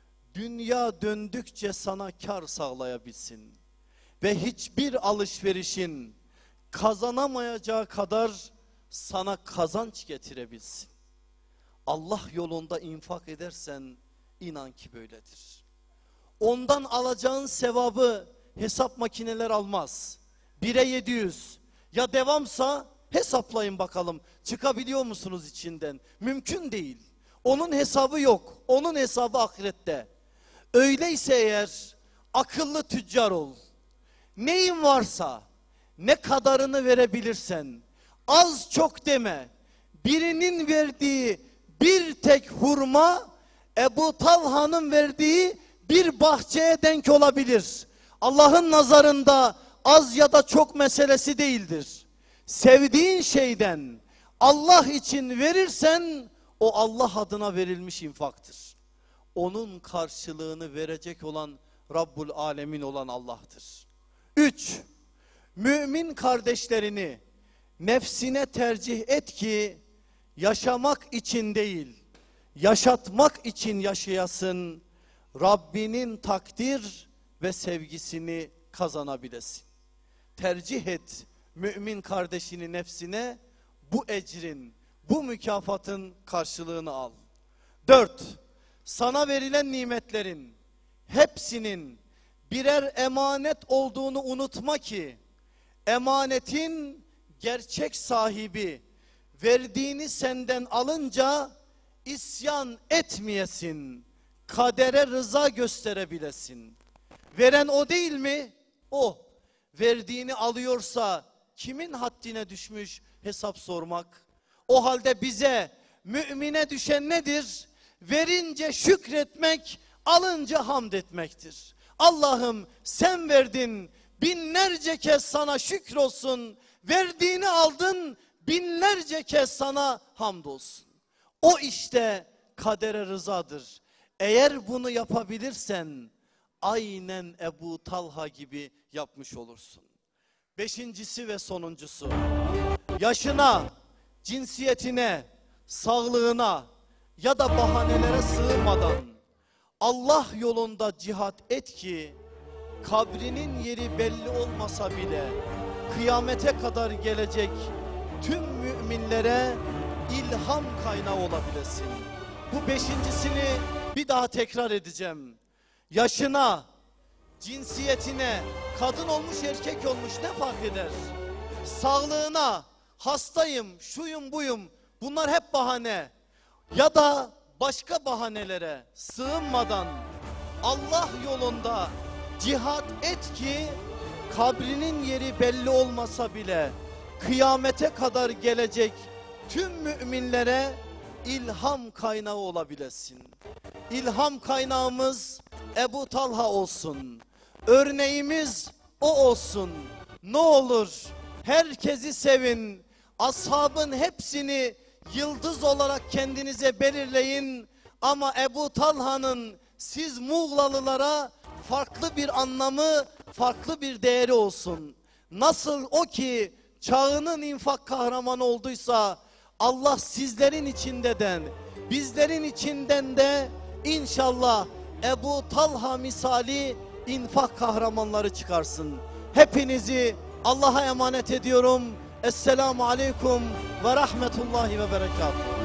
dünya döndükçe sana kar sağlayabilsin. Ve hiçbir alışverişin kazanamayacağı kadar sana kazanç getirebilsin. Allah yolunda infak edersen inan ki böyledir. Ondan alacağın sevabı hesap makineler almaz. bire yedi yüz. Ya devamsa hesaplayın bakalım. Çıkabiliyor musunuz içinden? Mümkün değil. Onun hesabı yok. Onun hesabı ahirette. Öyleyse eğer akıllı tüccar ol. Neyin varsa ne kadarını verebilirsen az çok deme. Birinin verdiği bir tek hurma Ebu Talha'nın verdiği bir bahçeye denk olabilir. Allah'ın nazarında az ya da çok meselesi değildir. Sevdiğin şeyden Allah için verirsen o Allah adına verilmiş infaktır. Onun karşılığını verecek olan Rabbul Alemin olan Allah'tır. Üç, mümin kardeşlerini nefsine tercih et ki yaşamak için değil, yaşatmak için yaşayasın, Rabbinin takdir ve sevgisini kazanabilesin. Tercih et mümin kardeşini nefsine, bu ecrin, bu mükafatın karşılığını al. Dört, sana verilen nimetlerin hepsinin birer emanet olduğunu unutma ki emanetin gerçek sahibi verdiğini senden alınca isyan etmeyesin, kadere rıza gösterebilesin. Veren o değil mi? O. Verdiğini alıyorsa kimin haddine düşmüş hesap sormak? O halde bize, mümine düşen nedir? Verince şükretmek, alınca hamd etmektir. Allah'ım sen verdin, binlerce kez sana şükrolsun. Verdiğini aldın, binlerce kez sana hamdolsun. O işte kadere rızadır. Eğer bunu yapabilirsen aynen Ebu Talha gibi yapmış olursun. Beşincisi ve sonuncusu, yaşına, cinsiyetine, sağlığına ya da bahanelere sığınmadan Allah yolunda cihat et ki kabrinin yeri belli olmasa bile kıyamete kadar gelecek tüm müminlere ilham kaynağı olabilesin. Bu beşincisini bir daha tekrar edeceğim. Yaşına, cinsiyetine, kadın olmuş erkek olmuş ne fark eder? Sağlığına, hastayım, şuyum buyum, bunlar hep bahane. Ya da başka bahanelere sığınmadan Allah yolunda cihat et ki kabrinin yeri belli olmasa bile kıyamete kadar gelecek tüm müminlere ilham kaynağı olabilesin. İlham kaynağımız Ebu Talha olsun. Örneğimiz o olsun. Ne olur herkesi sevin. Ashabın hepsini yıldız olarak kendinize belirleyin. Ama Ebu Talha'nın siz Muğlalılara farklı bir anlamı, farklı bir değeri olsun. Nasıl o ki çağının infak kahramanı olduysa Allah sizlerin içinden, bizlerin içinden de inşallah Ebu Talha misali infak kahramanları çıkarsın. Hepinizi Allah'a emanet ediyorum. Esselamu Aleyküm ve Rahmetullahi ve Berekatuhu.